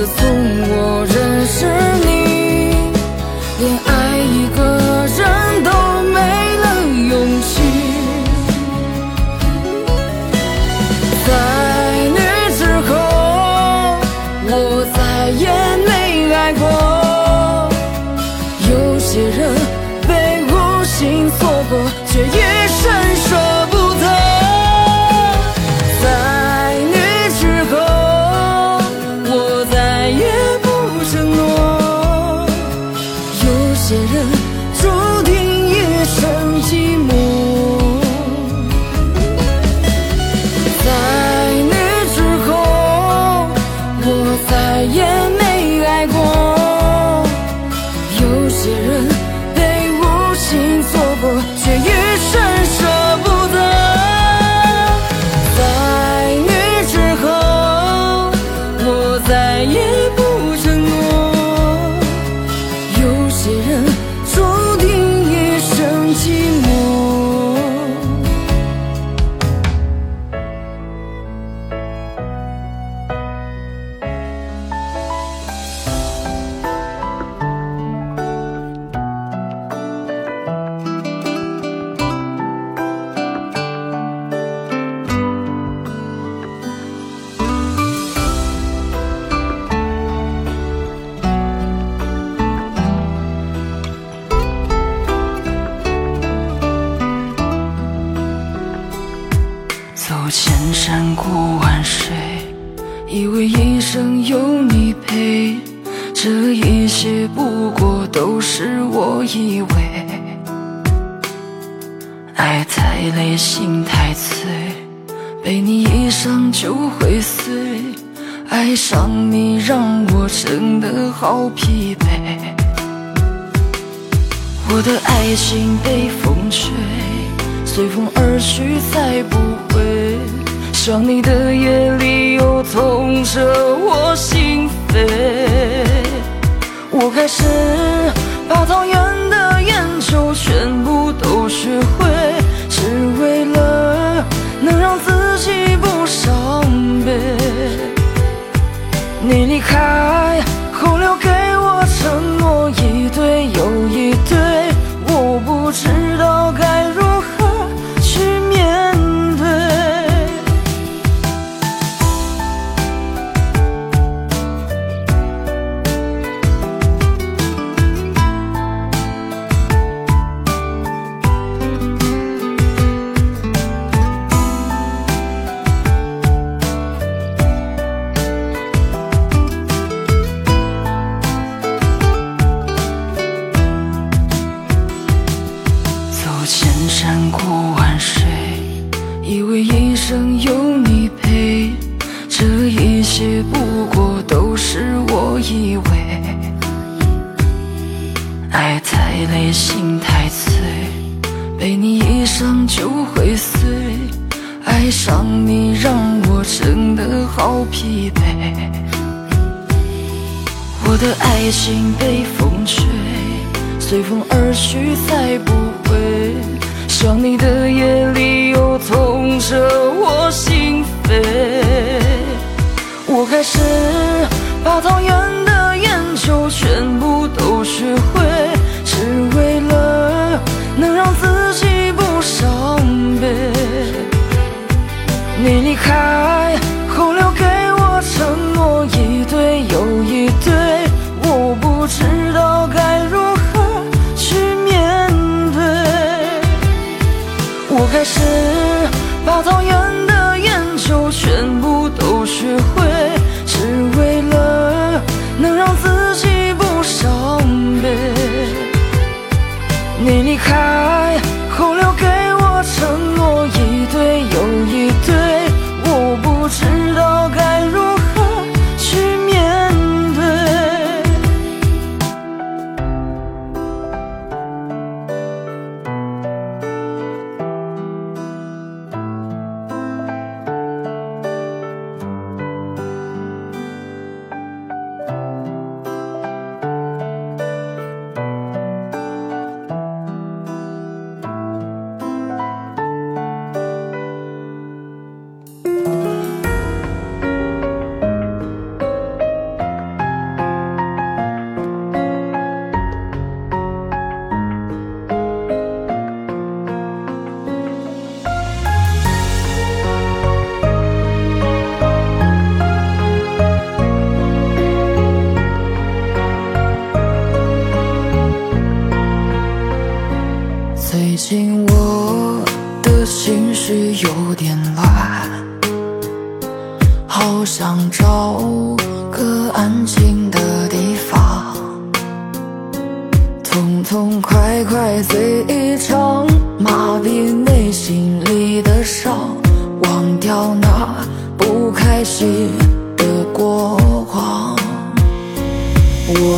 自从我认识你，连爱一个人都没了勇气。在你之后，我再也没爱过。有些人被无心错过，却一生舍不得。在你之后，我再也不承诺。有些人注定一生寂寞。在你之后，我再也没爱过。有些人被无心错过，却一生舍不得。在你之后，我再也不承诺。有些人注定一生寂寞。 走千山过万水，以为一生有你陪，这一切不过都是我以为。爱太累，心太脆，被你一伤就会碎。爱上你让我真的好疲惫，我的爱情被风吹，随风而去才不会。想你的夜里又痛着我心扉，我开始把讨厌的研究全部都学会，只为了能让自己不伤悲。你离开后留给我承诺一堆又一堆，我不知道该如何去面对。千山过万水，以为一生有你陪，这一切不过都是我以为。爱太累，心太脆，被你一伤就会碎。爱上你让我真的好疲惫，我的爱情被风吹，随风而去才不会。想你的夜里又痛着我心扉，我开始把讨厌的研究全部都学会，只为了能让自己不伤悲。你离开后留给我承诺一堆又一堆，我不知道该如何去面对。我开始把讨厌的研究全部都学会，只为了能让自己不伤悲。你离开后留给我承诺一堆又一堆，我不知道该如何去面对。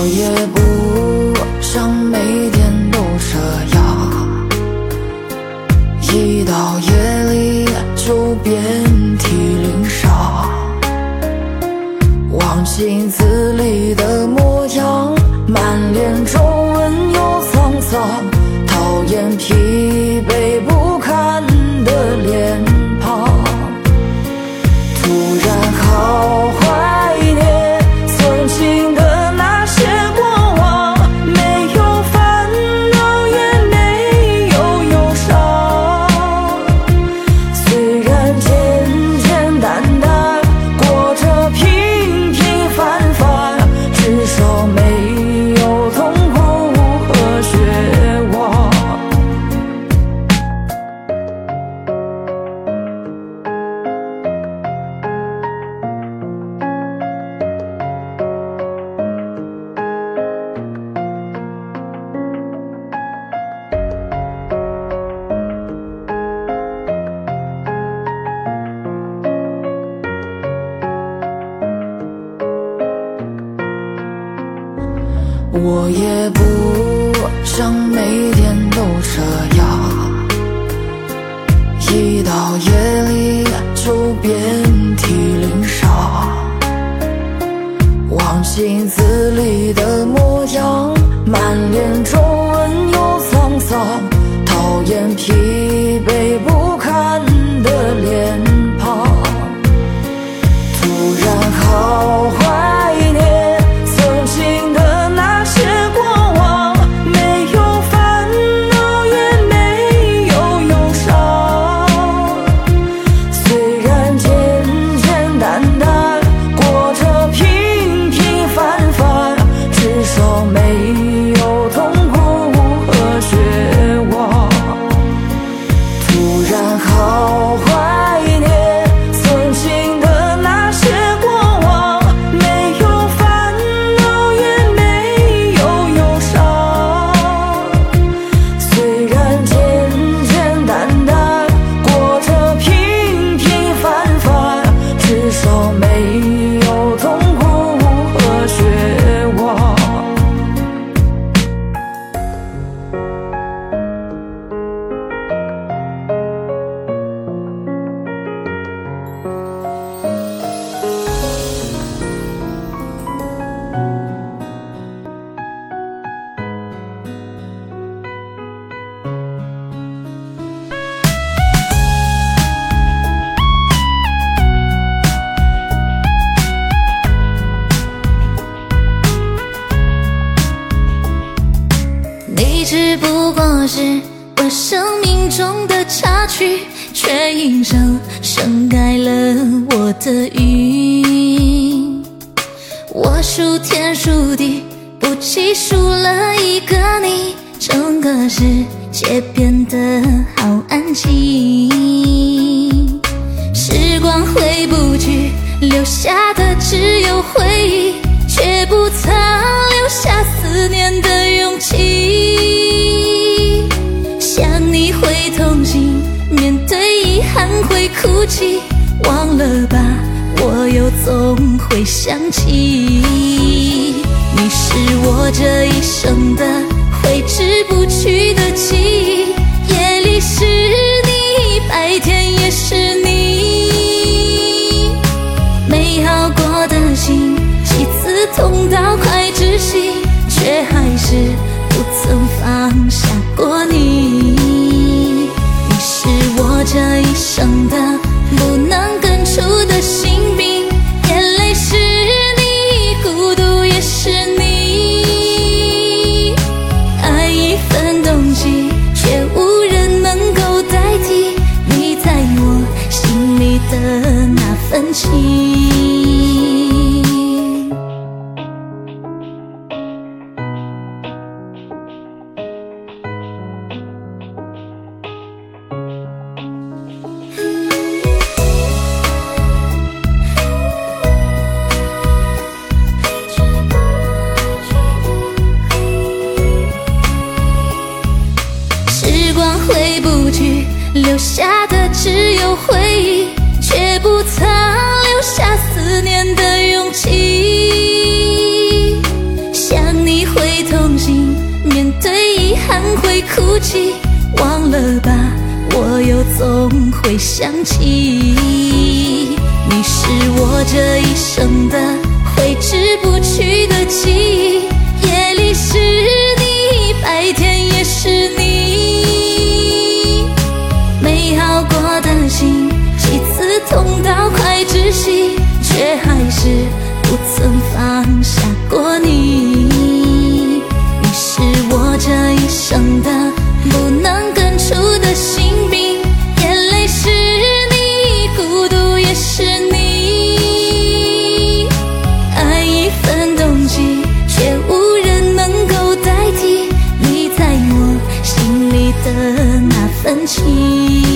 也不想每天都这样，一到夜里就遍体鳞伤，忘情字里的模样，满脸皱纹又沧桑，讨厌疲惫不堪的脸庞。突然好怀念曾经的那些过往，没有烦恼也没有忧伤，虽然简简单单过着平平凡凡，至少没有痛苦和绝望。我也不想每天都这样，一到夜里就遍体鳞伤，忘情字里的模样，满脸皱纹又沧桑，讨厌疲惫不堪的脸庞。突然好怀念曾经的那些过往，没有烦恼也没有忧伤，虽然简简单单过着平平凡凡，至少没有痛苦和绝望。突然好怀念曾经的那些过往，没有烦恼也没有忧伤，虽然简简单单过着平平凡凡，至少没有痛苦和绝望。 你只不过是我生命中的插曲，却硬生生改了我的运。我数天数地不计数了一个你，整个世界变得好安静。时光回不去，留下的只有回忆，却不曾留下思念的勇气。想你会痛心，面对遗憾会哭泣，忘了吧，我又总会想起。你是我这一生的挥之不去的记忆，夜里是你，白天也是你。美好过的心，几次痛到快窒息，却还是不曾放下过你。你是我这一生的不能根除的心病，眼泪是你，孤独也是你。爱一份东西，却无人能够代替你在我心里的那份情。回不去，留下的只有回忆，却不曾留下思念的勇气。想起，忘了吧，我又总会想起。你是我这一生的挥之不去的记忆，夜里是你，白天也是你。美好过的心，几次痛到快窒息，却还是不曾放下过你。你是我这一生的不能根除的心病，眼泪是你，孤独也是你。爱一分冬季，却无人能够代替你在我心里的那份情。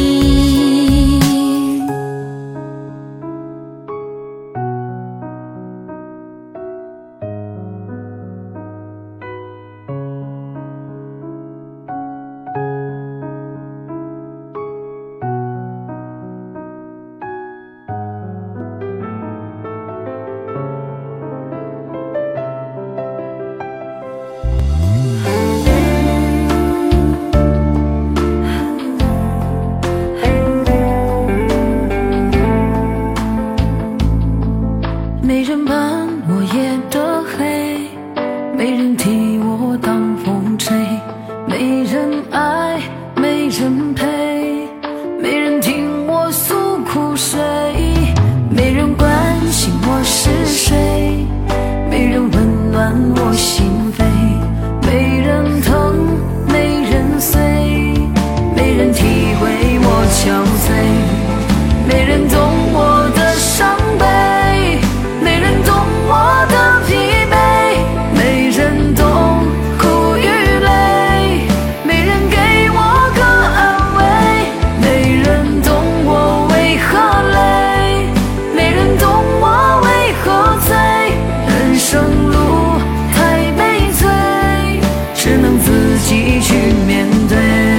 没人伴我夜的黑，没人替我挡风吹，没人爱，没人陪，没人听我诉苦水，没人关心我是谁，没人温暖我心扉，没人疼，没人碎，没人体会我憔悴，没人懂我的伤悲，没人懂我的疲惫，没人懂苦与累，没人给我个安慰，没人懂我为何累，没人懂我为何醉，人生路太悲催，只能自己去面对。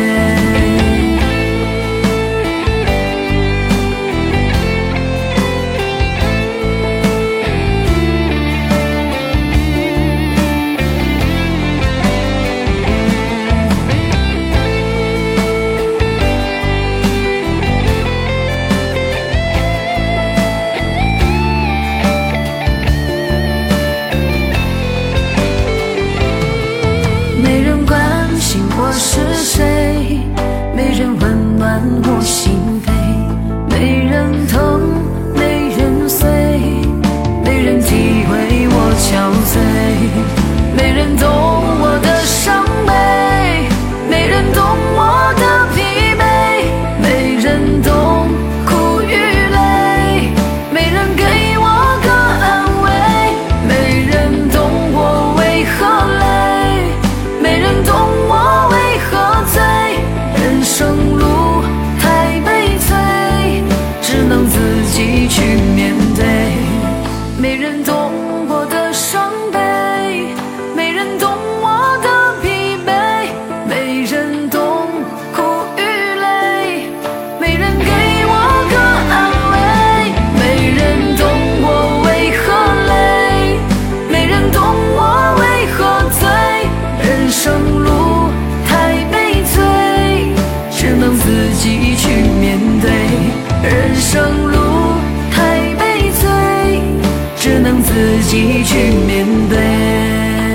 没人关心我是谁，没人温暖我心扉，没人疼，没人碎，没人体会我憔悴，没人懂我的伤悲，没人懂我的疲惫，没人懂苦与累，没人给我个安慰，没人懂我为何累，没人懂我为何醉，人生路太悲催，只能自己去面对。没人懂我的伤悲，没人懂我的疲惫，没人懂苦与累，没人给我个安慰，没人懂我为何累，没人懂我为何醉，人生路太悲催，只能自己去面对。人生路太悲催，只能自己去面对。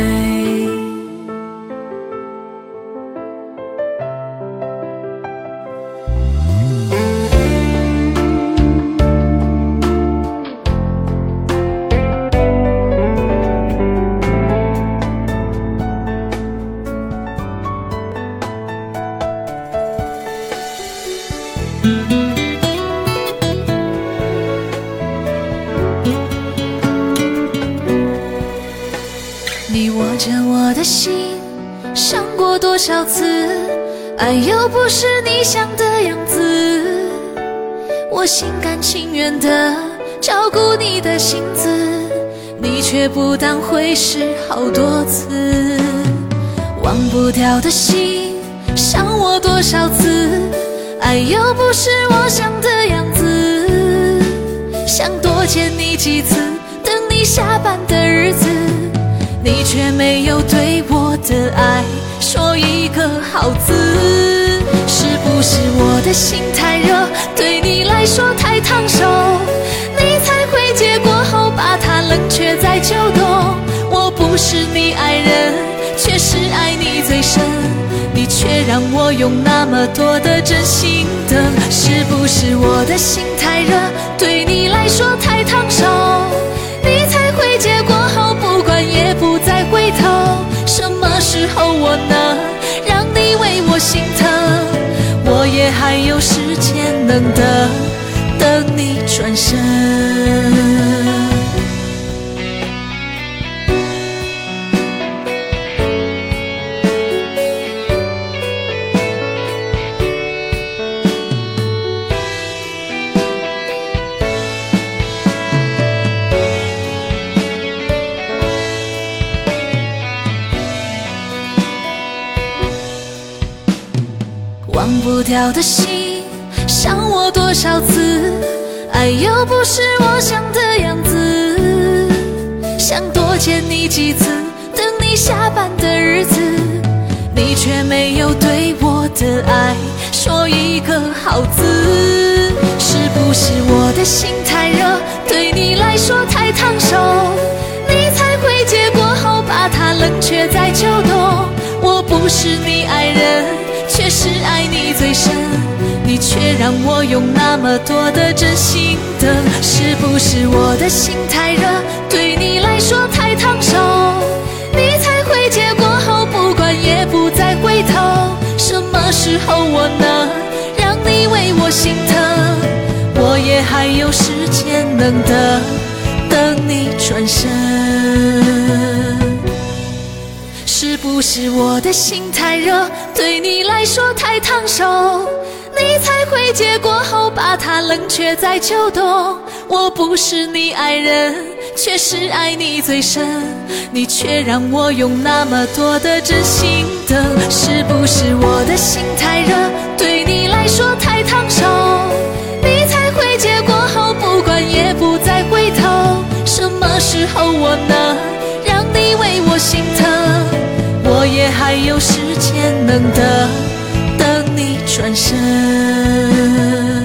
你握着我的心，伤过多少次，爱又不是你想的样子。我心甘情愿地照顾你的性子，你却不当回事好多次。忘不掉的心，伤我多少次，爱又不是我想的样子。想多见你几次，等你下班的日子，你却没有对我的爱说一个好字。是不是我的心太热，对你来说太烫手，你才会结果后把它冷却在秋冬？我不是你爱人，却是爱你最深，你却让我用那么多的真心等。是不是我的心太热，对你来说太烫手，你才会结果后不管也不再回头？什么时候我能让你为我心疼？我也还有时间能等你转身。忘不掉的心，伤我多少次，爱又不是我想的样子。想多见你几次，等你下班的日子，你却没有对我的爱说一个好字。是不是我的心太热，对你来说太烫手，你才会结果后把它冷却在秋冬？我不是你爱人，却是爱你最深，你却让我用那么多的真心等。是不是我的心太热，对你来说太烫手，你才会结果后不管也不再回头？什么时候我能让你为我心疼？我也还有时间能等你转身。是不是我的心太热，对你来说太烫手，你才会结果后把它冷却在秋冬？我不是你爱人，却是爱你最深，你却让我用那么多的真心等。是不是我的心太热，对你来说太烫手，你才会结果后不管也不再回头？什么时候我能让你为我心疼？我也还有时间能等你转身。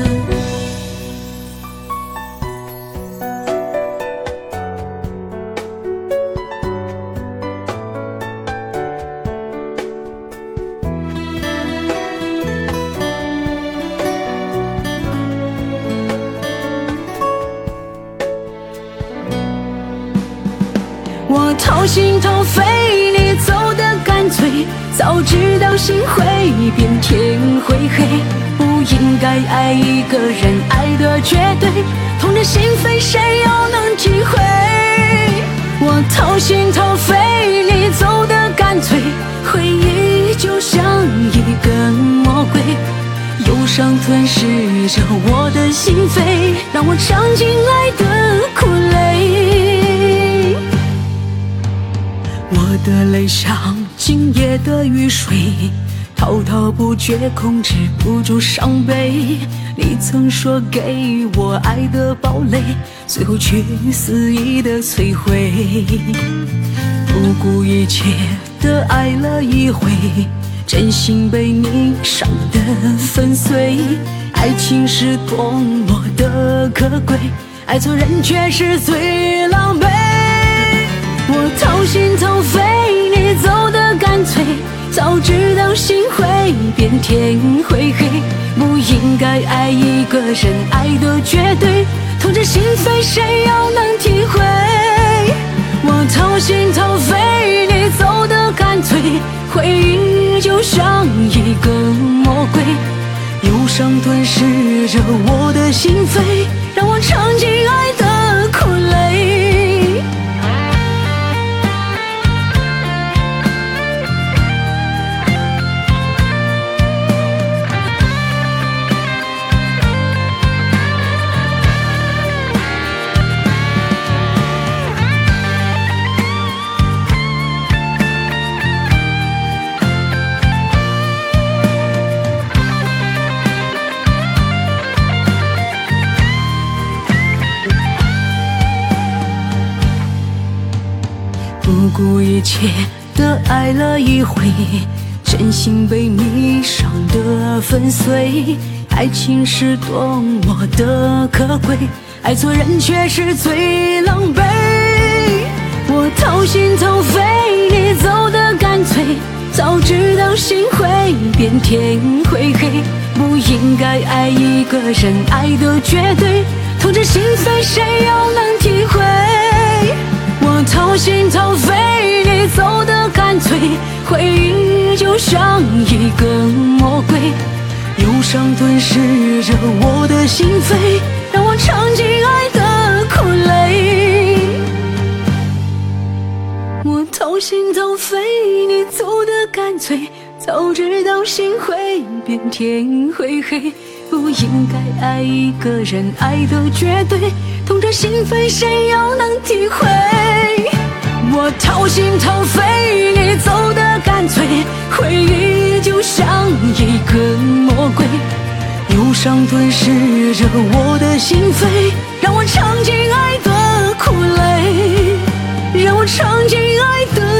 我掏心掏肺，你走得干脆，早知道心会变天会黑。不应该爱一个人，爱的绝对，痛着心扉，谁又能体会？我掏心掏肺，你走得干脆，回忆就像一根魔鬼，忧伤吞噬着我的心扉，让我尝尽爱的苦泪。我的泪像今夜的雨水，滔滔不绝，控制不住伤悲。你曾说给我爱的堡垒，最后却肆意的摧毁。不顾一切的爱了一回，真心被你伤得粉碎。爱情是多么的可贵，爱错人却是最狼狈。我掏心掏肺，你走得干脆，早知道心会变天会黑。不应该爱一个人，爱的绝对，痛着心扉，谁又能体会？我掏心掏肺，你走得干脆，回忆就像一根魔鬼，忧伤吞噬着我的心扉，让我尝尽爱的苦泪。不顾一切的爱了一回， 真心被你伤得粉碎。爱情是多么的可贵，爱错人却是最狼狈。我掏心掏肺，你走得干脆，早知道心会变天会黑。不应该爱一个人爱得绝对，痛彻心扉谁又能体会。我掏心掏肺，你走得干脆，回忆就像一个魔鬼，忧伤吞噬着我的心扉，让我尝尽爱的苦泪。我掏心掏肺，你走得干脆，早知道心会变天会黑。不应该爱一个人爱得绝对，痛彻心扉谁又能体会。我掏心掏肺，你走得干脆，回忆就像一个魔鬼，忧伤吞噬着我的心扉，让我尝尽爱的苦累，让我尝尽爱的